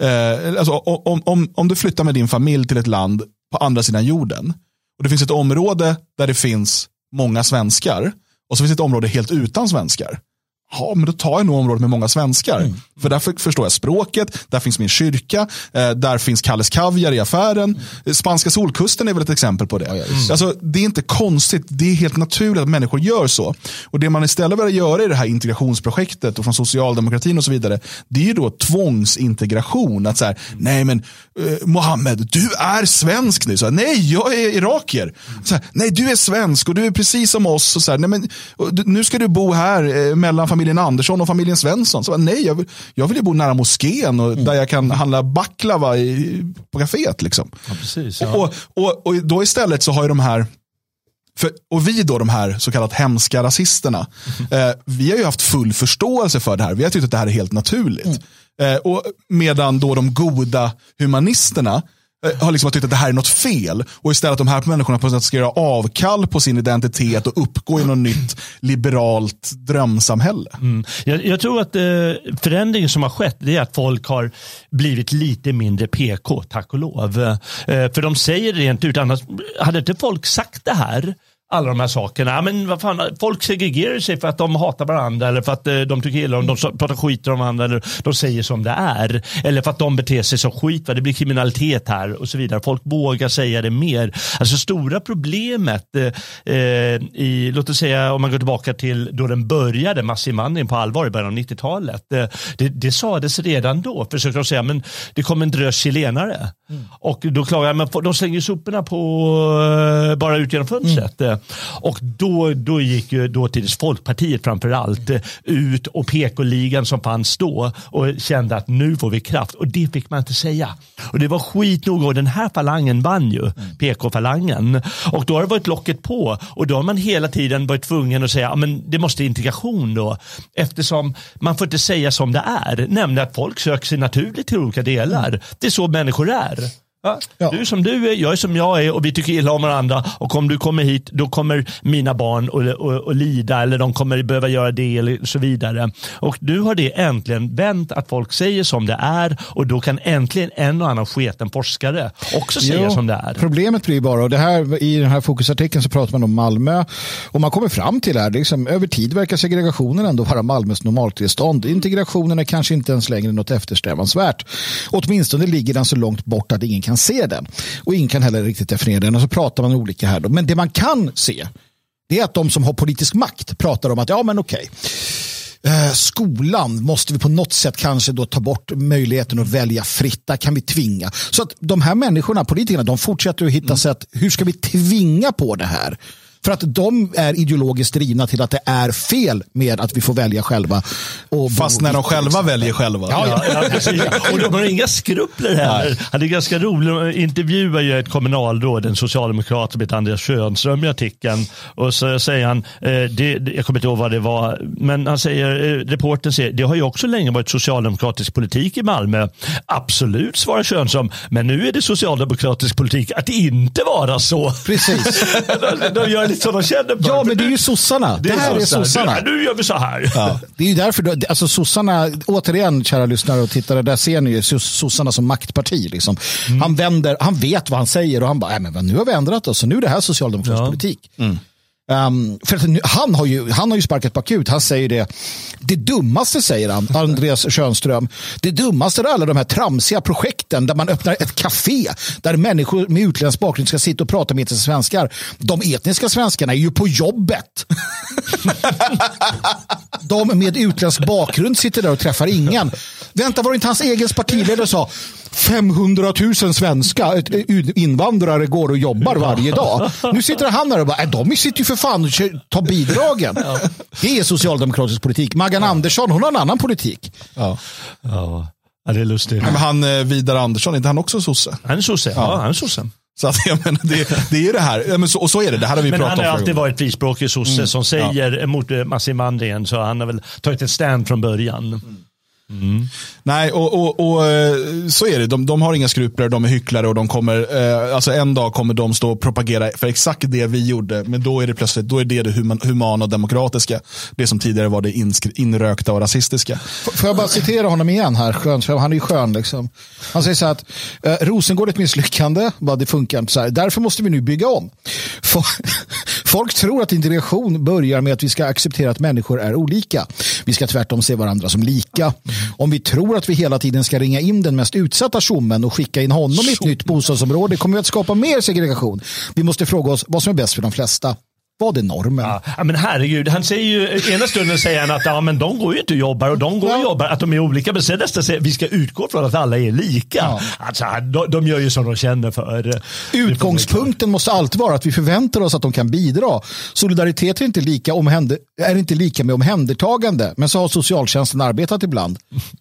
om du flyttar med din familj till ett land på andra sidan jorden, och det finns ett område där det finns många svenskar, och så finns det ett område helt utan svenskar. Ja, men då tar jag nog området med många svenskar. För därför förstår jag språket, där finns min kyrka, där finns Kalles kaviar i affären. Spanska solkusten är väl ett exempel på det. Alltså, det är inte konstigt, det är helt naturligt att människor gör så. Och det man istället vill göra i det här integrationsprojektet och från socialdemokratin och så vidare, det är ju då tvångsintegration. Att så här, nej men Mohammed, du är svensk nu. Så här, nej, jag är irakier. Så här, nej, du är svensk och du är precis som oss. Och så här, nej, men, nu ska du bo här mellan familjen Andersson och familjen Svensson. Så nej, jag vill ju bo nära moskén och där jag kan handla baklava på kaféet liksom. Ja, precis, ja. Och då istället så har ju de här och vi då, de här så kallat hemska rasisterna, vi har ju haft full förståelse för det här. Vi har tyckt att det här är helt naturligt. Och medan då de goda humanisterna har liksom tyckt att det här är något fel, och istället att de här människorna på något sätt ska göra avkall på sin identitet och uppgå i något nytt liberalt drömsamhälle. Jag tror att förändringen som har skett, det är att folk har blivit lite mindre PK, tack och lov. För de säger rent ut, annars hade inte folk sagt det här, alla de här sakerna. Men vad fan, folk segregerar sig för att de hatar varandra, eller för att de tycker illa om, de pratar skit om varandra, eller de säger som det är, eller för att de beter sig som skit, det blir kriminalitet här och så vidare. Folk vågar säga det mer. Alltså stora problemet låt oss säga, om man går tillbaka till då den började, massinvandring på allvar i början av 90-talet, det sades redan då, försökte de säga, men det kom en drös chilenare. Och då klagar man, de slänger soporna på bara ut genom fönstret. Och då gick ju dåtidens Folkpartiet framförallt ut, och PK-ligan som fanns då, och kände att nu får vi kraft, och det fick man inte säga. Och det var skit nog, och den här falangen vann ju, PK-falangen. Och då har det varit locket på, och då har man hela tiden varit tvungen att säga, ja, men det måste integration då, eftersom man får inte säga som det är, nämligen att folk söker sig naturligt till olika delar. Det är så människor är. Ja. Du är som du är, jag är som jag är, och vi tycker illa om varandra, och om du kommer hit, då kommer mina barn och lida, eller de kommer behöva göra det, eller så vidare. Och du har det äntligen vänt, att folk säger som det är, och då kan äntligen en och annan sketen forskare också säga som det är. Problemet blir bara, och det här, i den här fokusartikeln så pratar man om Malmö, och man kommer fram till det här, liksom, över tid verkar segregationen ändå vara Malmös normaltillstånd. Integrationen är kanske inte ens längre något eftersträvansvärt. Åtminstone ligger den så långt bort att ingen kan se den. Och ingen kan heller riktigt definiera den, och så pratar man olika här då. Men det man kan se, det är att de som har politisk makt pratar om att ja, men okej. Skolan måste vi på något sätt kanske då ta bort möjligheten att välja fritt. Där kan vi tvinga. Så att de här människorna, politikerna, de fortsätter att hitta sätt, hur ska vi tvinga på det här? För att de är ideologiskt drivna till att det är fel med att vi får välja själva. Och fast när de själva väljer själva. Ja, precis. Och de har inga skrupler heller. Han är ganska rolig att intervjua ju ett kommunalråd, en socialdemokrat som heter Andreas Schönström, i artikeln. Och så säger han, jag kommer inte ihåg vad det var, men han säger, reportern säger, det har ju också länge varit socialdemokratisk politik i Malmö. Absolut, svarar Schönström, men nu är det socialdemokratisk politik att inte vara så. Precis. De gör så de känner på. Ja, men det är ju sossarna. Det här är sossarna. Nu gör vi så här. Ja. Det är ju därför, alltså sossarna, återigen kära lyssnare och tittare, där ser ni ju sossarna som maktparti. Liksom. Han vet vad han säger, och han bara, men nu har vi ändrat oss, så nu är det här socialdemokratisk politik. För att han har ju sparkat bakut. Han säger det dummaste, säger han, Andreas Schönström, det dummaste är alla de här tramsiga projekten där man öppnar ett café där människor med utländsk bakgrund ska sitta och prata med etniska svenskar. De etniska svenskarna är ju på jobbet. De med utländsk bakgrund sitter där och träffar ingen. Vänta, var det inte hans egen partiledare sa 500 000 svenska invandrare går och jobbar varje dag. Nu sitter han här och bara, de sitter ju för fan och tar bidragen. Det är socialdemokratisk politik. Maggan Andersson, hon har en annan politik. Ja, det är lustigt. Men han Vidar Andersson, inte han också sosse? Han är sosse, ja, han är sosse. Så att, jag menar, det är ju det här. Ja, men och så är det. Det här har vi pratat om. Men han har alltid varit frispråkig sosse som säger emot massinvandringen, så han har väl tagit ett stand från början. Nej, och så är det. De har inga skrupler, de är hycklare, och de kommer, alltså en dag kommer de stå och propagera för exakt det vi gjorde, men då är det plötsligt, då är det humana och demokratiska, det som tidigare var det inrökta och rasistiska. Får jag bara citera honom igen här, han är ju skön liksom. Han säger så att Rosengård är ett misslyckande, det funkar inte så här. Därför måste vi nu bygga om. Folk tror att integration börjar med att vi ska acceptera att människor är olika. Vi ska tvärtom se varandra som lika. Om vi tror att vi hela tiden ska ringa in den mest utsatta tjommen och skicka in honom i ett nytt bostadsområde kommer vi att skapa mer segregation. Vi måste fråga oss vad som är bäst för de flesta. Vad är normen? Ja, men herregud, han säger ju, ena stunden säger han att men de går ju inte och jobbar och de går och jobbar, att de är olika, men sen nästa säger vi ska utgå från att alla är lika. Ja. Alltså, de gör ju som de känner för. Utgångspunkten måste alltid vara att vi förväntar oss att de kan bidra. Solidaritet är inte lika med omhändertagande, men så har socialtjänsten arbetat ibland.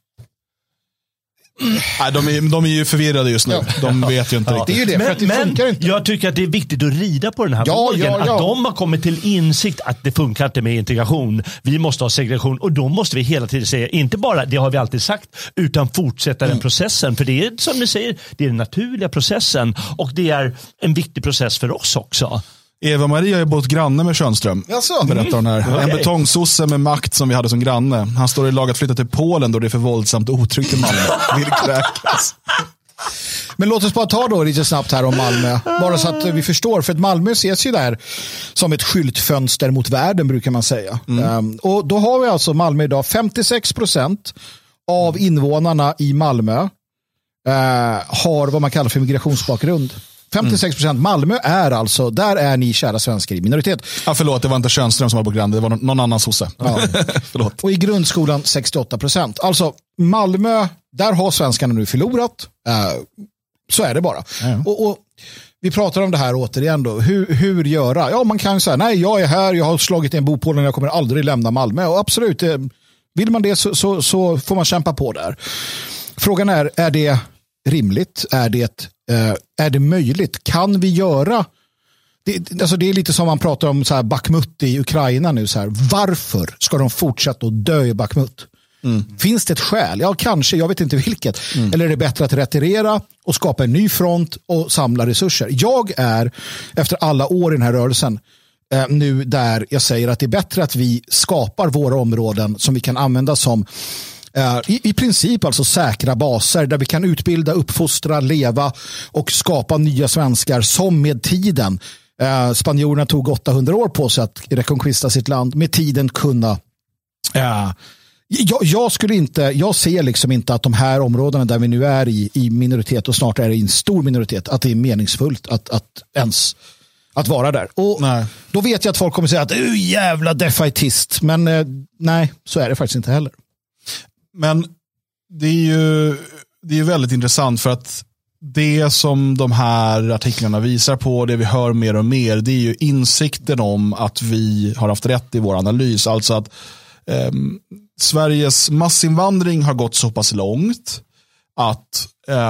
Nej, de är ju förvirrade just nu. De vet ju inte riktigt. Det är ju det, för att det funkar inte. Jag tycker att det är viktigt att rida på den här vågen. Att de har kommit till insikt att det funkar inte med integration. Vi måste ha segregation och då måste vi hela tiden säga, inte bara, det har vi alltid sagt, utan fortsätta den processen. För det är som ni säger, det är den naturliga processen och det är en viktig process för oss också. Eva-Maria har bott granne med Schönström. Berättar hon här. En betongsosse med makt som vi hade som granne. Han står i lag att flytta till Polen då det är för våldsamt och otryggt i Malmö. Vill kräkas. Men låt oss bara ta då lite snabbt här om Malmö. Bara så att vi förstår. För att Malmö ses ju där som ett skyltfönster mot världen brukar man säga. Och då har vi alltså Malmö idag. 56% av invånarna i Malmö har vad man kallar för migrationsbakgrund. 56%. Malmö är alltså, där är ni kära svenskar i minoritet. Ja, förlåt, det var inte Schönström som var på granne, det var någon annan sosse. Ja. Förlåt. Och i grundskolan 68%. Alltså Malmö, där har svenskarna nu förlorat. Så är det bara. Och vi pratar om det här återigen då. Hur göra? Ja, man kan säga, nej, jag är här, jag har slagit en Bopolen, jag kommer aldrig lämna Malmö. Och absolut, vill man det så får man kämpa på där. Frågan är det rimligt? Är det möjligt? Kan vi göra det är lite som man pratar om så här Bakhmut i Ukraina nu så här. Varför ska de fortsätta att dö i Bakhmut? Finns det ett skäl? Ja, kanske, jag vet inte vilket. Eller är det bättre att retirera och skapa en ny front och samla resurser? Jag är efter alla år i den här rörelsen nu där jag säger att det är bättre att vi skapar våra områden som vi kan använda som i princip alltså säkra baser där vi kan utbilda, uppfostra, leva och skapa nya svenskar som med tiden, spanjorerna tog 800 år på sig att rekonkvista sitt land, med tiden kunna jag ser liksom inte att de här områdena där vi nu är i minoritet och snart är i en stor minoritet, att det är meningsfullt att vara där. Och då vet jag att folk kommer säga att jävla defaitist, men nej, så är det faktiskt inte heller. Men det är ju väldigt intressant för att det som de här artiklarna visar på, det vi hör mer och mer, det är ju insikten om att vi har haft rätt i vår analys. Alltså att Sveriges massinvandring har gått så pass långt att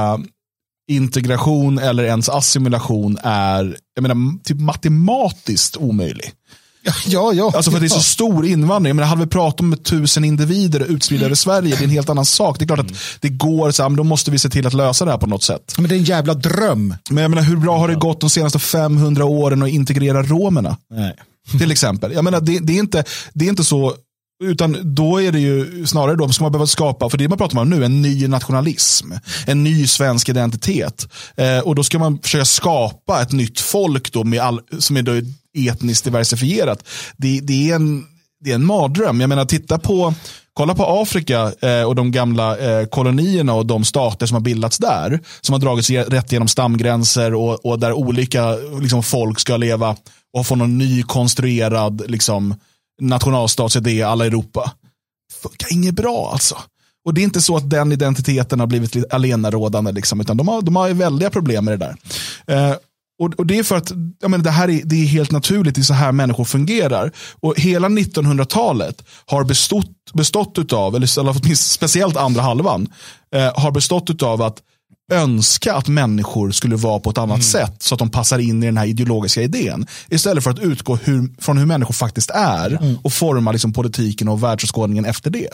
integration eller ens assimilation är, jag menar, typ matematiskt omöjlig. Ja. Alltså för att det är så stor invandring. Men hade vi pratat om 1000 individer utspridda över Sverige, det är en helt annan sak. Det är klart att det går så här, men då måste vi se till att lösa det här på något sätt. Men det är en jävla dröm. Men jag menar, hur bra har det gått de senaste 500 åren att integrera romerna? Nej. Till exempel. Jag menar, det är inte så, utan då är det ju snarare då som man behöver skapa, för det man pratar om nu, en ny nationalism, en ny svensk identitet. Och då ska man försöka skapa ett nytt folk då som är då etniskt diversifierat. Det är en mardröm. Jag menar, kolla på Afrika och de gamla kolonierna och de stater som har bildats där, som har dragits rätt genom stamgränser och där olika liksom, folk ska leva och få någon ny konstruerad liksom, nationalstatsidé alla Europa. Funkar inget bra alltså. Och det är inte så att den identiteten har blivit allenarådande liksom, utan de har väldiga problem med det där. Och det är för att det är helt naturligt, det är så här människor fungerar. Och hela 1900-talet har bestått utav, eller speciellt andra halvan, har bestått utav att önska att människor skulle vara på ett annat sätt så att de passar in i den här ideologiska idén, istället för att utgå från hur människor faktiskt är och forma liksom politiken och världsåskådningen efter det.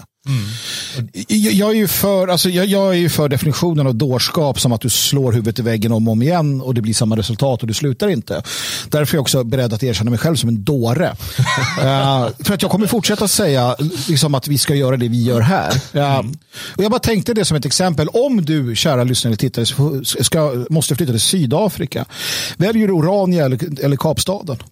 Jag är ju för definitionen av dårskap som att du slår huvudet i väggen om och om igen och det blir samma resultat och du slutar inte. Därför är jag också beredd att erkänna mig själv som en dåre. För att jag kommer fortsätta säga liksom, att vi ska göra det vi gör här. Och jag bara tänkte det som ett exempel. Om du, kära lyssnare eller tittare, måste flytta till Sydafrika, väljer du Orania eller Kapstaden?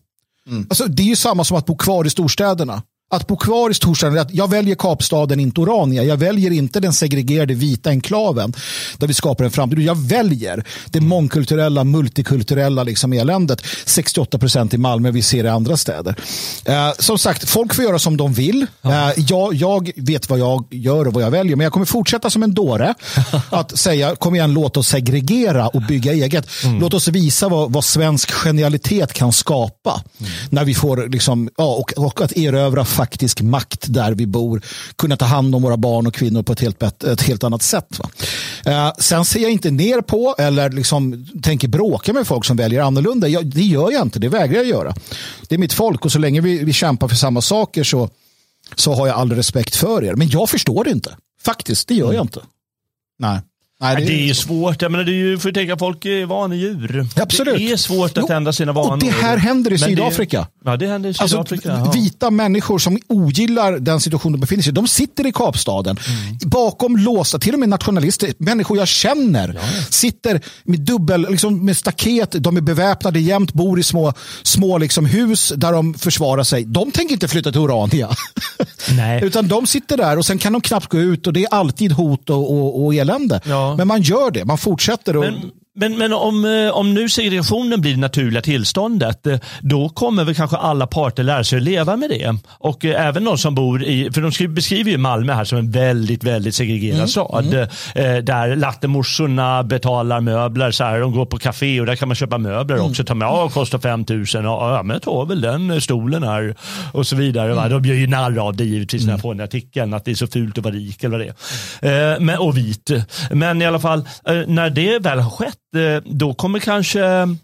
Alltså, det är ju samma som att bo kvar i storstäderna. Att bo kvar i storstäderna, att jag väljer Kapstaden, inte Orania. Jag väljer inte den segregerade vita enklaven där vi skapar en framtid. Jag väljer det mångkulturella, multikulturella liksom eländet. 68% i Malmö, vi ser i andra städer. Som sagt, folk får göra som de vill. Jag vet vad jag gör och vad jag väljer, men jag kommer fortsätta som en dåre att säga, kom igen, låt oss segregera och bygga eget. Låt oss visa vad svensk genialitet kan skapa när vi får liksom, och att erövra faktisk makt där vi bor, kunna ta hand om våra barn och kvinnor på ett helt annat sätt. Sen ser jag inte ner på eller liksom tänker bråka med folk som väljer annorlunda. Det gör jag inte, det vägrar jag göra. Det är mitt folk, och så länge vi kämpar för samma saker så har jag all respekt för er. Men jag förstår det inte. Faktiskt, det gör jag inte. Nej, det är ju svårt. Jag menar, du får tänka, folk är vanedjur. Absolut. Det är svårt att ändra sina vanor. Och det här händer i Sydafrika. Det händer i Sydafrika. Alltså, vita människor som ogillar den situation de befinner sig i, de sitter i Kapstaden bakom låsta, till och med nationalister, människor jag känner sitter med med staket, de är beväpnade jämt, bor i små liksom hus där de försvarar sig. De tänker inte flytta till Orania. Nej. Utan de sitter där och sen kan de knappt gå ut, och det är alltid hot och elände. Ja. Men man gör det, man fortsätter. Men om nu segregationen blir det naturliga tillståndet, då kommer väl kanske alla parter lära sig att leva med det. Och även de som bor i, för de beskriver ju Malmö här som en väldigt, väldigt segregerad stad. Där lattemorsorna betalar möbler, så här, de går på café och där kan man köpa möbler också. Kostar 5 000, men jag tar väl den stolen här och så vidare. De gör ju narr av det givetvis när jag får den artikeln, att det är så fult att vara rik eller vad det är. Och vit. Men i alla fall, när det väl har skett, då kommer kanske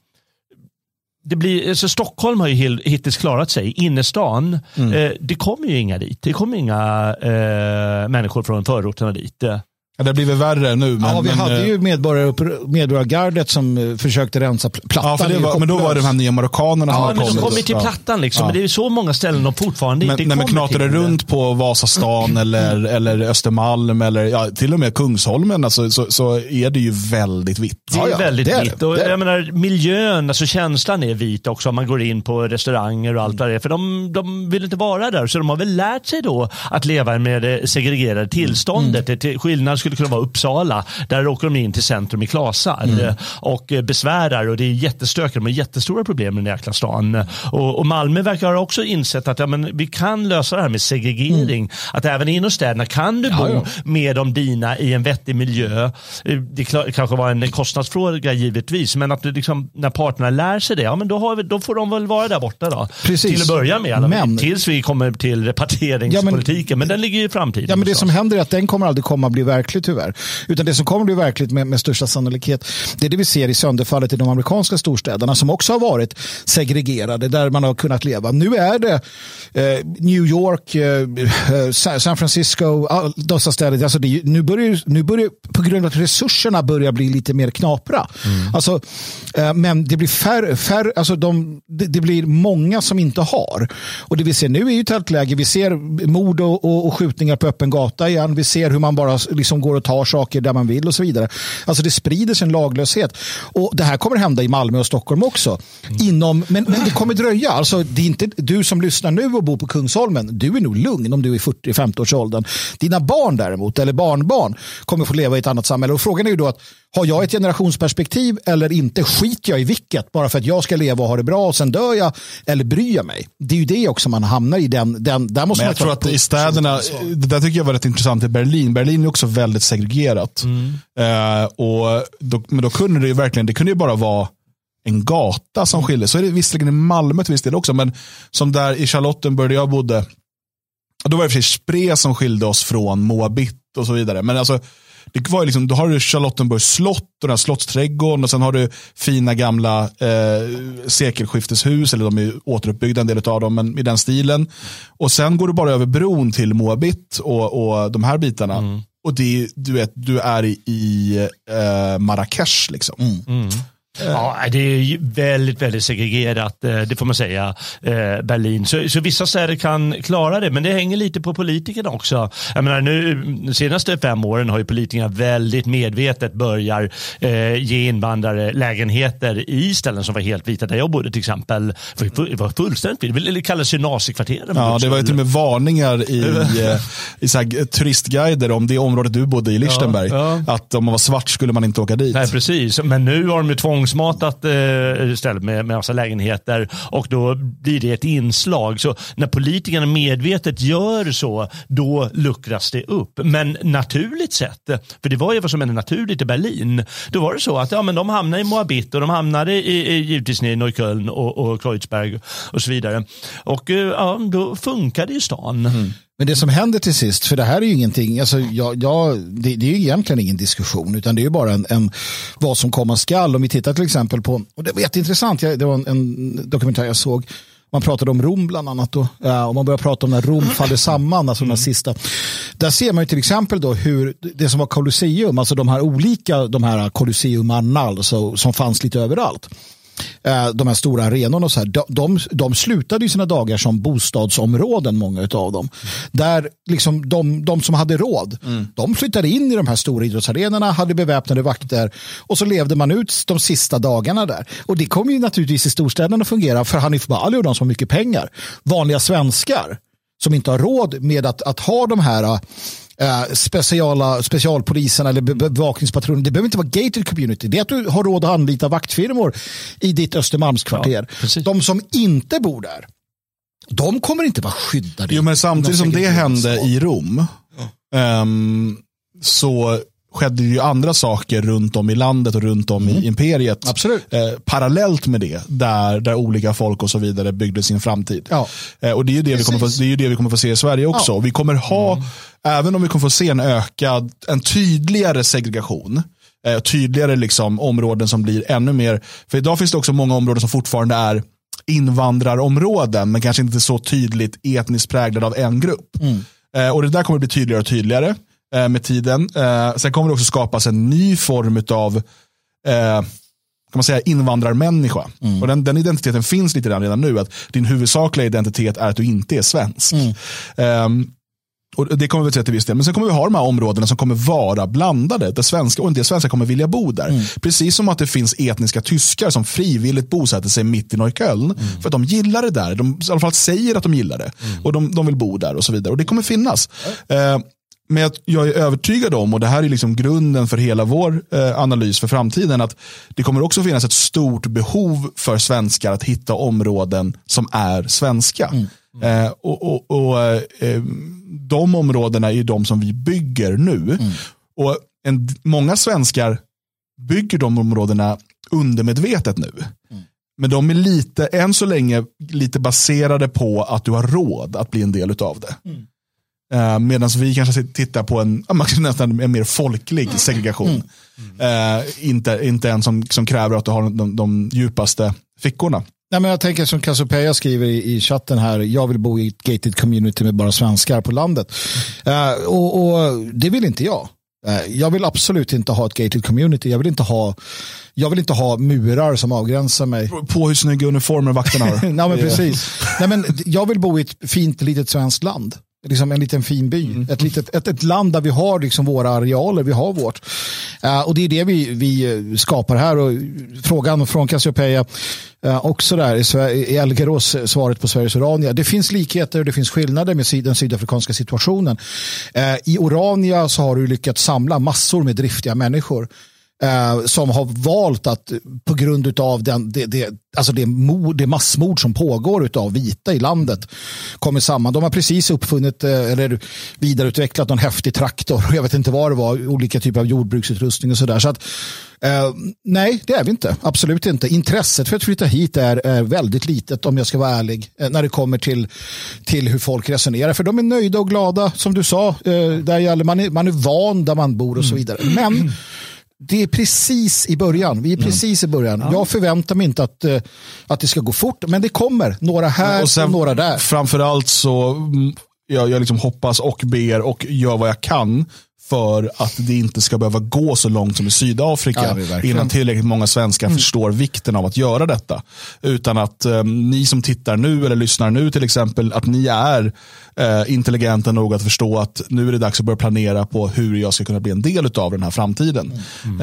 det blir, så Stockholm har ju hittills klarat sig, innerstan, det kommer ju inga dit, det kommer inga människor från förorterna dit. Det blir väl värre nu. Men, vi hade ju medborgargardet som försökte rensa plattan. Men då var det de här nya marockanerna som men de kommer till plattan liksom. Men det är ju så många ställen de fortfarande inte kommer till. Men knatar det runt på Vasastan eller Östermalm eller till och med Kungsholmen, alltså, så är det ju väldigt vitt. Det är väldigt vitt. Och jag menar, miljön, alltså känslan är vit också om man går in på restauranger och allt vad det är. För de vill inte vara där. Så de har väl lärt sig då att leva med det segregerade tillståndet. Till skillnad skulle kunna vara Uppsala. Där åker de in till centrum i klasar och besvärar, och det är jättestökigt. De har jättestora problem med den jäkla stan. Och Malmö verkar ha också insett att vi kan lösa det här med segregering. Att även inom städerna kan du bo med de dina i en vettig miljö. Det kanske var en kostnadsfråga givetvis, men att liksom, när parterna lär sig det, men då får de väl vara där borta då. Precis. Till att börja med. Tills vi kommer till repatrieringspolitiken. Men den ligger ju i framtiden. Ja, men det som händer är att den kommer aldrig komma att bli verkligt, tyvärr. Utan det som kommer bli verkligt med största sannolikhet, det är det vi ser i sönderfallet i de amerikanska storstäderna som också har varit segregerade, där man har kunnat leva. Nu är det New York, San Francisco, dessa städer. Alltså nu börjar på grund av att resurserna börjar bli lite mer knapra. Alltså, men det blir färre, alltså det blir många som inte har. Och det vi ser nu är ju tältläge. Vi ser mord och skjutningar på öppen gata igen. Vi ser hur man bara liksom går och tar saker där man vill och så vidare. Alltså det sprider sig en laglöshet. Och det här kommer hända i Malmö och Stockholm också. Men det kommer dröja. Alltså det är inte du som lyssnar nu och bor på Kungsholmen. Du är nog lugn om du är 40-50-årsåldern. Dina barn däremot, eller barnbarn, kommer få leva i ett annat samhälle. Och frågan är ju då att har jag ett generationsperspektiv eller inte? Skiter jag i vilket bara för att jag ska leva och ha det bra och sen dör jag, eller bryr jag mig? Det är ju det också man hamnar i den där måste. Men jag tror att i städerna, det där tycker jag var rätt intressant i Berlin. Berlin är också väldigt segregerat. Men då kunde det ju verkligen, det kunde ju bara vara en gata som skiljer. Så är det visserligen i Malmö till viss del också, men som där i Charlottenburg där jag bodde, då var det för sig Spree som skilde oss från Moabit och så vidare. Men alltså det var liksom, då har du Charlottenburgs slott och den här slottsträdgården, och sen har du fina gamla sekelskifteshus, eller de är återuppbyggda en del av dem, men i den stilen. Och sen går du bara över bron till Moabit och de här bitarna. Och det, du är i Marrakesh liksom. Ja, det är väldigt, väldigt segregerat, det får man säga, Berlin. Så vissa städer kan klara det, men det hänger lite på politikerna också. Jag menar, nu, de senaste 5 åren har ju politikerna väldigt medvetet börjar ge invandrare lägenheter i ställen som var helt vita. Där jag bodde till exempel, det var fullständigt vitt. Det kallas gymnasiekvarteren. Ja, det var ju till och med varningar i så här turistguider om det området du bodde i, Lichtenberg. Ja. Att om man var svart skulle man inte åka dit. Nej, precis. Men nu har de ju tvångsmatat stället med massa lägenheter och då blir det ett inslag. Så när politikerna medvetet gör så, då luckras det upp. Men naturligt sett, för det var ju vad som är naturligt i Berlin, då var det så att men de hamnade i Moabit och de hamnade givetvis i Neukölln och Kreuzberg och så vidare. Och då funkade ju stan. Mm. Men det som händer till sist, för det här är ju ingenting, alltså det är ju egentligen ingen diskussion, utan det är ju bara en vad som komma skall. Om vi tittar till exempel på, och det var jätteintressant, det var en dokumentär jag såg, man pratade om Rom bland annat då, och man började prata om när Rom faller samman, alltså den sista. Där ser man ju till exempel då hur det som var Colosseum, alltså de här Colosseumarna alltså, som fanns lite överallt. De här stora arenorna och så här, de slutade ju sina dagar som bostadsområden, många av dem. Där liksom de som hade råd, de flyttade in i de här stora idrottsarenorna, hade beväpnade vakter och så levde man ut de sista dagarna där. Och det kommer ju naturligtvis i storstäderna att fungera för Hanif Bali och de som har mycket pengar. Vanliga svenskar som inte har råd med att ha de här specialpoliserna eller bevakningspatroner. Det behöver inte vara gated community. Det är att du har råd att anlita vaktfirmor i ditt Östermalmskvarter. Ja, de som inte bor där, de kommer inte vara skyddade. Jo, men samtidigt som det hände i Rom så skedde ju andra saker runt om i landet och runt om i imperiet. Absolut. Parallellt med det, där olika folk och så vidare byggde sin framtid. Ja. Och det är ju det vi kommer få se i Sverige också. Ja. Vi kommer ha, även om vi kommer få se en tydligare segregation, tydligare liksom områden som blir ännu mer, för idag finns det också många områden som fortfarande är invandrarområden, men kanske inte så tydligt etniskt präglade av en grupp. Och det där kommer bli tydligare och tydligare med tiden. Sen kommer det också skapas en ny form av kan man säga invandrarmänniska. Och den identiteten finns lite redan nu, att din huvudsakliga identitet är att du inte är svensk. Och det kommer vi se till viss del. Men sen kommer vi ha de här områdena som kommer vara blandade, där svenska och en del svenskar kommer vilja bo där. Precis som att det finns etniska tyskar som frivilligt bosätter sig mitt i Neukölln för att de gillar det där. De i alla fall säger att de gillar det. Och de vill bo där och så vidare. Och det kommer finnas. Men jag är övertygad om, och det här är liksom grunden för hela vår analys för framtiden, att det kommer också finnas ett stort behov för svenskar att hitta områden som är svenska. De områdena är ju de som vi bygger nu. Och många svenskar bygger de områdena undermedvetet nu. Men de är än så länge lite baserade på att du har råd att bli en del utav det. Medan vi kanske tittar på nästan en mer folklig segregation. Inte en som kräver att du har de djupaste fickorna. Nej, men jag tänker som Cassiopeia skriver i chatten här, jag vill bo i ett gated community med bara svenskar på landet. Och det vill inte jag. Jag vill absolut inte ha ett gated community. Jag vill inte ha murar som avgränsar mig. På hur snygga uniformer vakterna har. Nej, men precis. Nej, men jag vill bo i ett fint litet svenskt land. Liksom en liten fin by. Ett land där vi har liksom våra arealer, vi har vårt. Och det är det vi skapar här. Och frågan från Cassiopeia också där i Elgerås svaret på Sveriges Orania. Det finns likheter och det finns skillnader med den sydafrikanska situationen. I Orania så har du lyckats samla massor med driftiga människor som har valt att på grund av det massmord som pågår utav vita i landet kommer samman. De har precis uppfunnit eller vidareutvecklat någon häftig traktor och jag vet inte vad det var, olika typer av jordbruksutrustning och sådär. Så att nej, det är vi inte. Absolut inte. Intresset för att flytta hit är väldigt litet, om jag ska vara ärlig, när det kommer till hur folk resonerar. För de är nöjda och glada, som du sa. Där gäller man är van där man bor och så vidare. Men det är precis i början. Vi är precis i början. Ja. Jag förväntar mig inte att det ska gå fort, men det kommer. Några här och, sen, och några där. Framförallt så jag liksom hoppas och ber och gör vad jag kan för att det inte ska behöva gå så långt som i Sydafrika innan tillräckligt många svenskar förstår vikten av att göra detta. Utan att ni som tittar nu eller lyssnar nu till exempel, att ni är intelligenta nog att förstå att nu är det dags att börja planera på hur jag ska kunna bli en del av den här framtiden.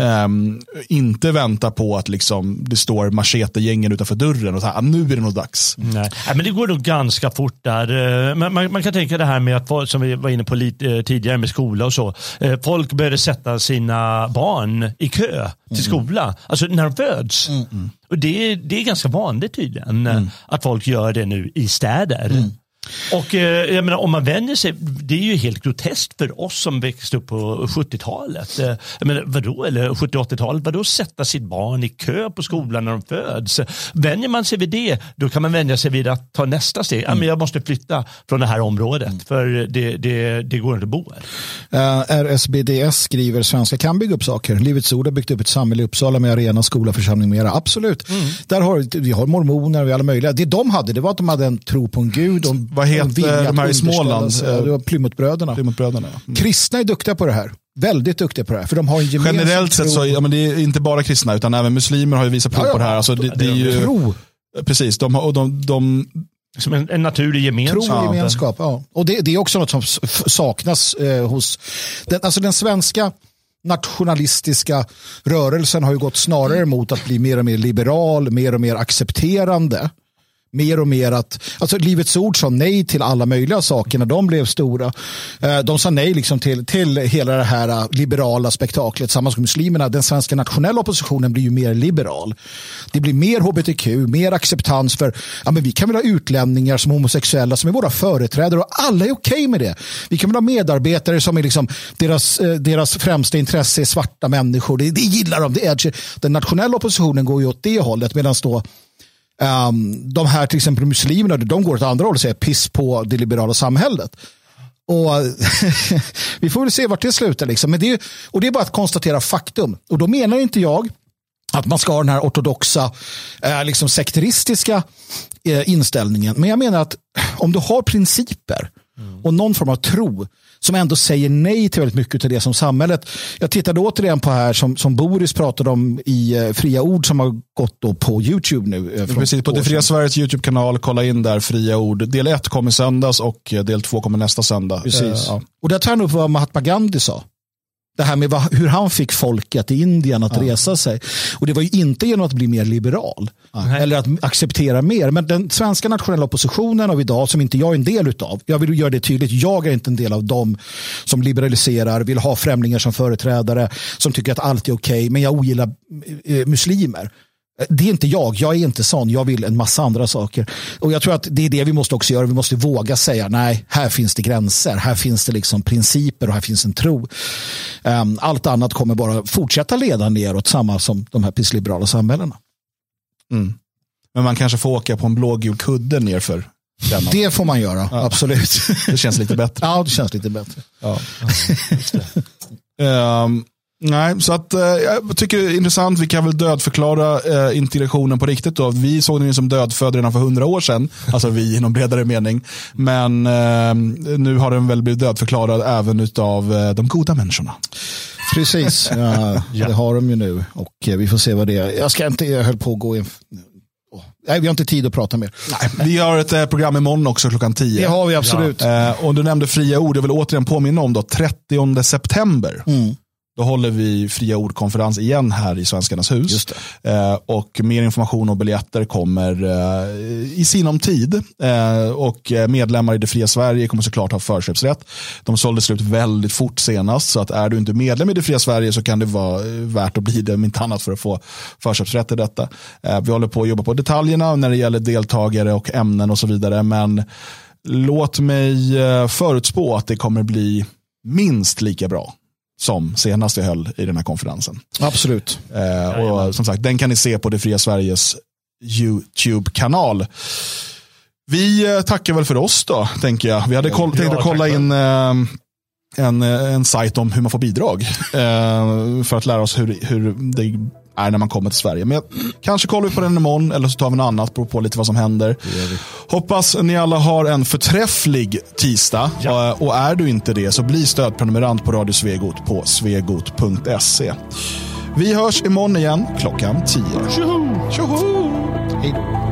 Inte vänta på att liksom, det står machete-gängen utanför dörren och så nu är det nog dags. Nej, men det går nog ganska fort där. Man kan tänka det här med att, som vi var inne på lite tidigare med skola och så, folk började sätta sina barn i kö till skola, alltså när de föds. Och det är ganska vanligt tydligen att folk gör det nu i städer. Och jag menar, om man vänjer sig, det är ju helt groteskt för oss som växte upp på 70-talet. Jag menar, vadå, eller 70-80-talet, vadå sätta sitt barn i kö på skolan när de föds? Vänjer man sig vid det, då kan man vänja sig vid att ta nästa steg. Men jag måste flytta från det här området, för det går inte att bo här. RSBDS skriver, svenska kan bygga upp saker. Livets Ord har byggt upp ett samhälle i Uppsala med arena, skola, församling med mera. Absolut. Där vi har mormoner och alla möjliga. Det de hade, det var att de hade en tro på en gud. Vad heter de här i Småland? Det var Plymouthbröderna. Kristna är duktiga på det här. Väldigt duktiga på det här. För de har en gemensam generellt sett så, ja, men det är inte bara kristna utan även muslimer har ju visat prov på det här. Alltså, det är ju tro. Precis, de som en naturlig gemenskap. Tro och gemenskap, ja. Och det är också något som saknas hos den svenska nationalistiska rörelsen har ju gått snarare mot att bli mer och mer liberal, mer och mer accepterande. Mer och mer att, alltså Livets Ord sa nej till alla möjliga saker när de blev stora. De sa nej liksom till hela det här liberala spektaklet. Samma som muslimerna, den svenska nationella oppositionen blir ju mer liberal. Det blir mer hbtq, mer acceptans för, ja men vi kan väl ha utlänningar som homosexuella som är våra företrädare och alla är okej med det. Vi kan väl ha medarbetare som är liksom deras främsta intresse är svarta människor. Det gillar de. Den nationella oppositionen går ju åt det hållet, medan då de här till exempel muslimerna, de går åt andra håll och säger piss på det liberala samhället. Och vi får väl se vart det slutar liksom. Men det är bara att konstatera faktum. Och då menar inte jag att man ska ha den här ortodoxa liksom sekteristiska inställningen. Men jag menar att om du har principer och någon form av tro som ändå säger nej till väldigt mycket av det som samhället. Jag tittade återigen på här som Boris pratade om i Fria Ord som har gått då på YouTube nu. Precis, på Det Fria Sveriges YouTube-kanal, kolla in där Fria Ord. Del 1 kommer söndags och del 2 kommer nästa söndag. Precis. Och där tar han upp vad Mahatma Gandhi sa. Det här med hur han fick folket i Indien att resa sig. Och det var ju inte genom att bli mer liberal. Eller att acceptera mer. Men den svenska nationella oppositionen av idag, som inte jag är en del utav. Jag vill göra det tydligt. Jag är inte en del av dem som liberaliserar, vill ha främlingar som företrädare, som tycker att allt är okej. Men jag ogillar muslimer. Det är inte jag är inte sån. Jag vill en massa andra saker. Och jag tror att det är det vi måste också göra. Vi måste våga säga, nej, här finns det gränser. Här finns det liksom principer och här finns en tro. Allt annat kommer bara fortsätta leda neråt, samma som de här pissliberala samhällena. Men man kanske får åka på en blågul kudde nerför denna. Det får man göra, absolut. Det känns lite bättre. Ja, det känns lite bättre. Ja. Just det. Nej, så att jag tycker det är intressant. Vi kan väl dödförklara integrationen på riktigt då. Vi såg den som dödfödd redan för 100 år sedan. Alltså vi i någon bredare mening. Men nu har den väl blivit dödförklarad även utav de goda människorna. Precis, det har de ju nu. Och vi får se vad det är. Jag höll på att gå in. Nej, vi har inte tid att prata mer. Nej, vi har ett program imorgon också klockan 10. Det har vi absolut. Och du nämnde Fria Ord. Jag vill återigen påminna om då 30 september. Då håller vi Fria Ord-konferens igen här i Svenskarnas hus. Just det. Och mer information och biljetter kommer i sinom tid. Och medlemmar i Det Fria Sverige kommer såklart ha förköpsrätt. De sålde slut väldigt fort senast. Så att är du inte medlem i Det Fria Sverige så kan det vara värt att bli det, om inte annat, för att få förköpsrätt i detta. Vi håller på att jobba på detaljerna när det gäller deltagare och ämnen och så vidare. Men låt mig förutspå att det kommer bli minst lika bra som senast jag höll i den här konferensen. Absolut. Och som sagt, den kan ni se på Det Fria Sveriges YouTube-kanal. Vi tackar väl för oss då, tänker jag. Vi hade tänkt att kolla in en sajt om hur man får bidrag. För att lära oss hur det är när man kommer till Sverige. Men kanske kollar vi på den imorgon eller så tar vi något annat, beror på lite vad som händer. Hoppas ni alla har en förträfflig tisdag. Ja. Och är du inte det så bli stödprenumerant på Radio Svegot på svegot.se. Vi hörs imorgon igen klockan 10. Tjoho! Tjoho! Hej då.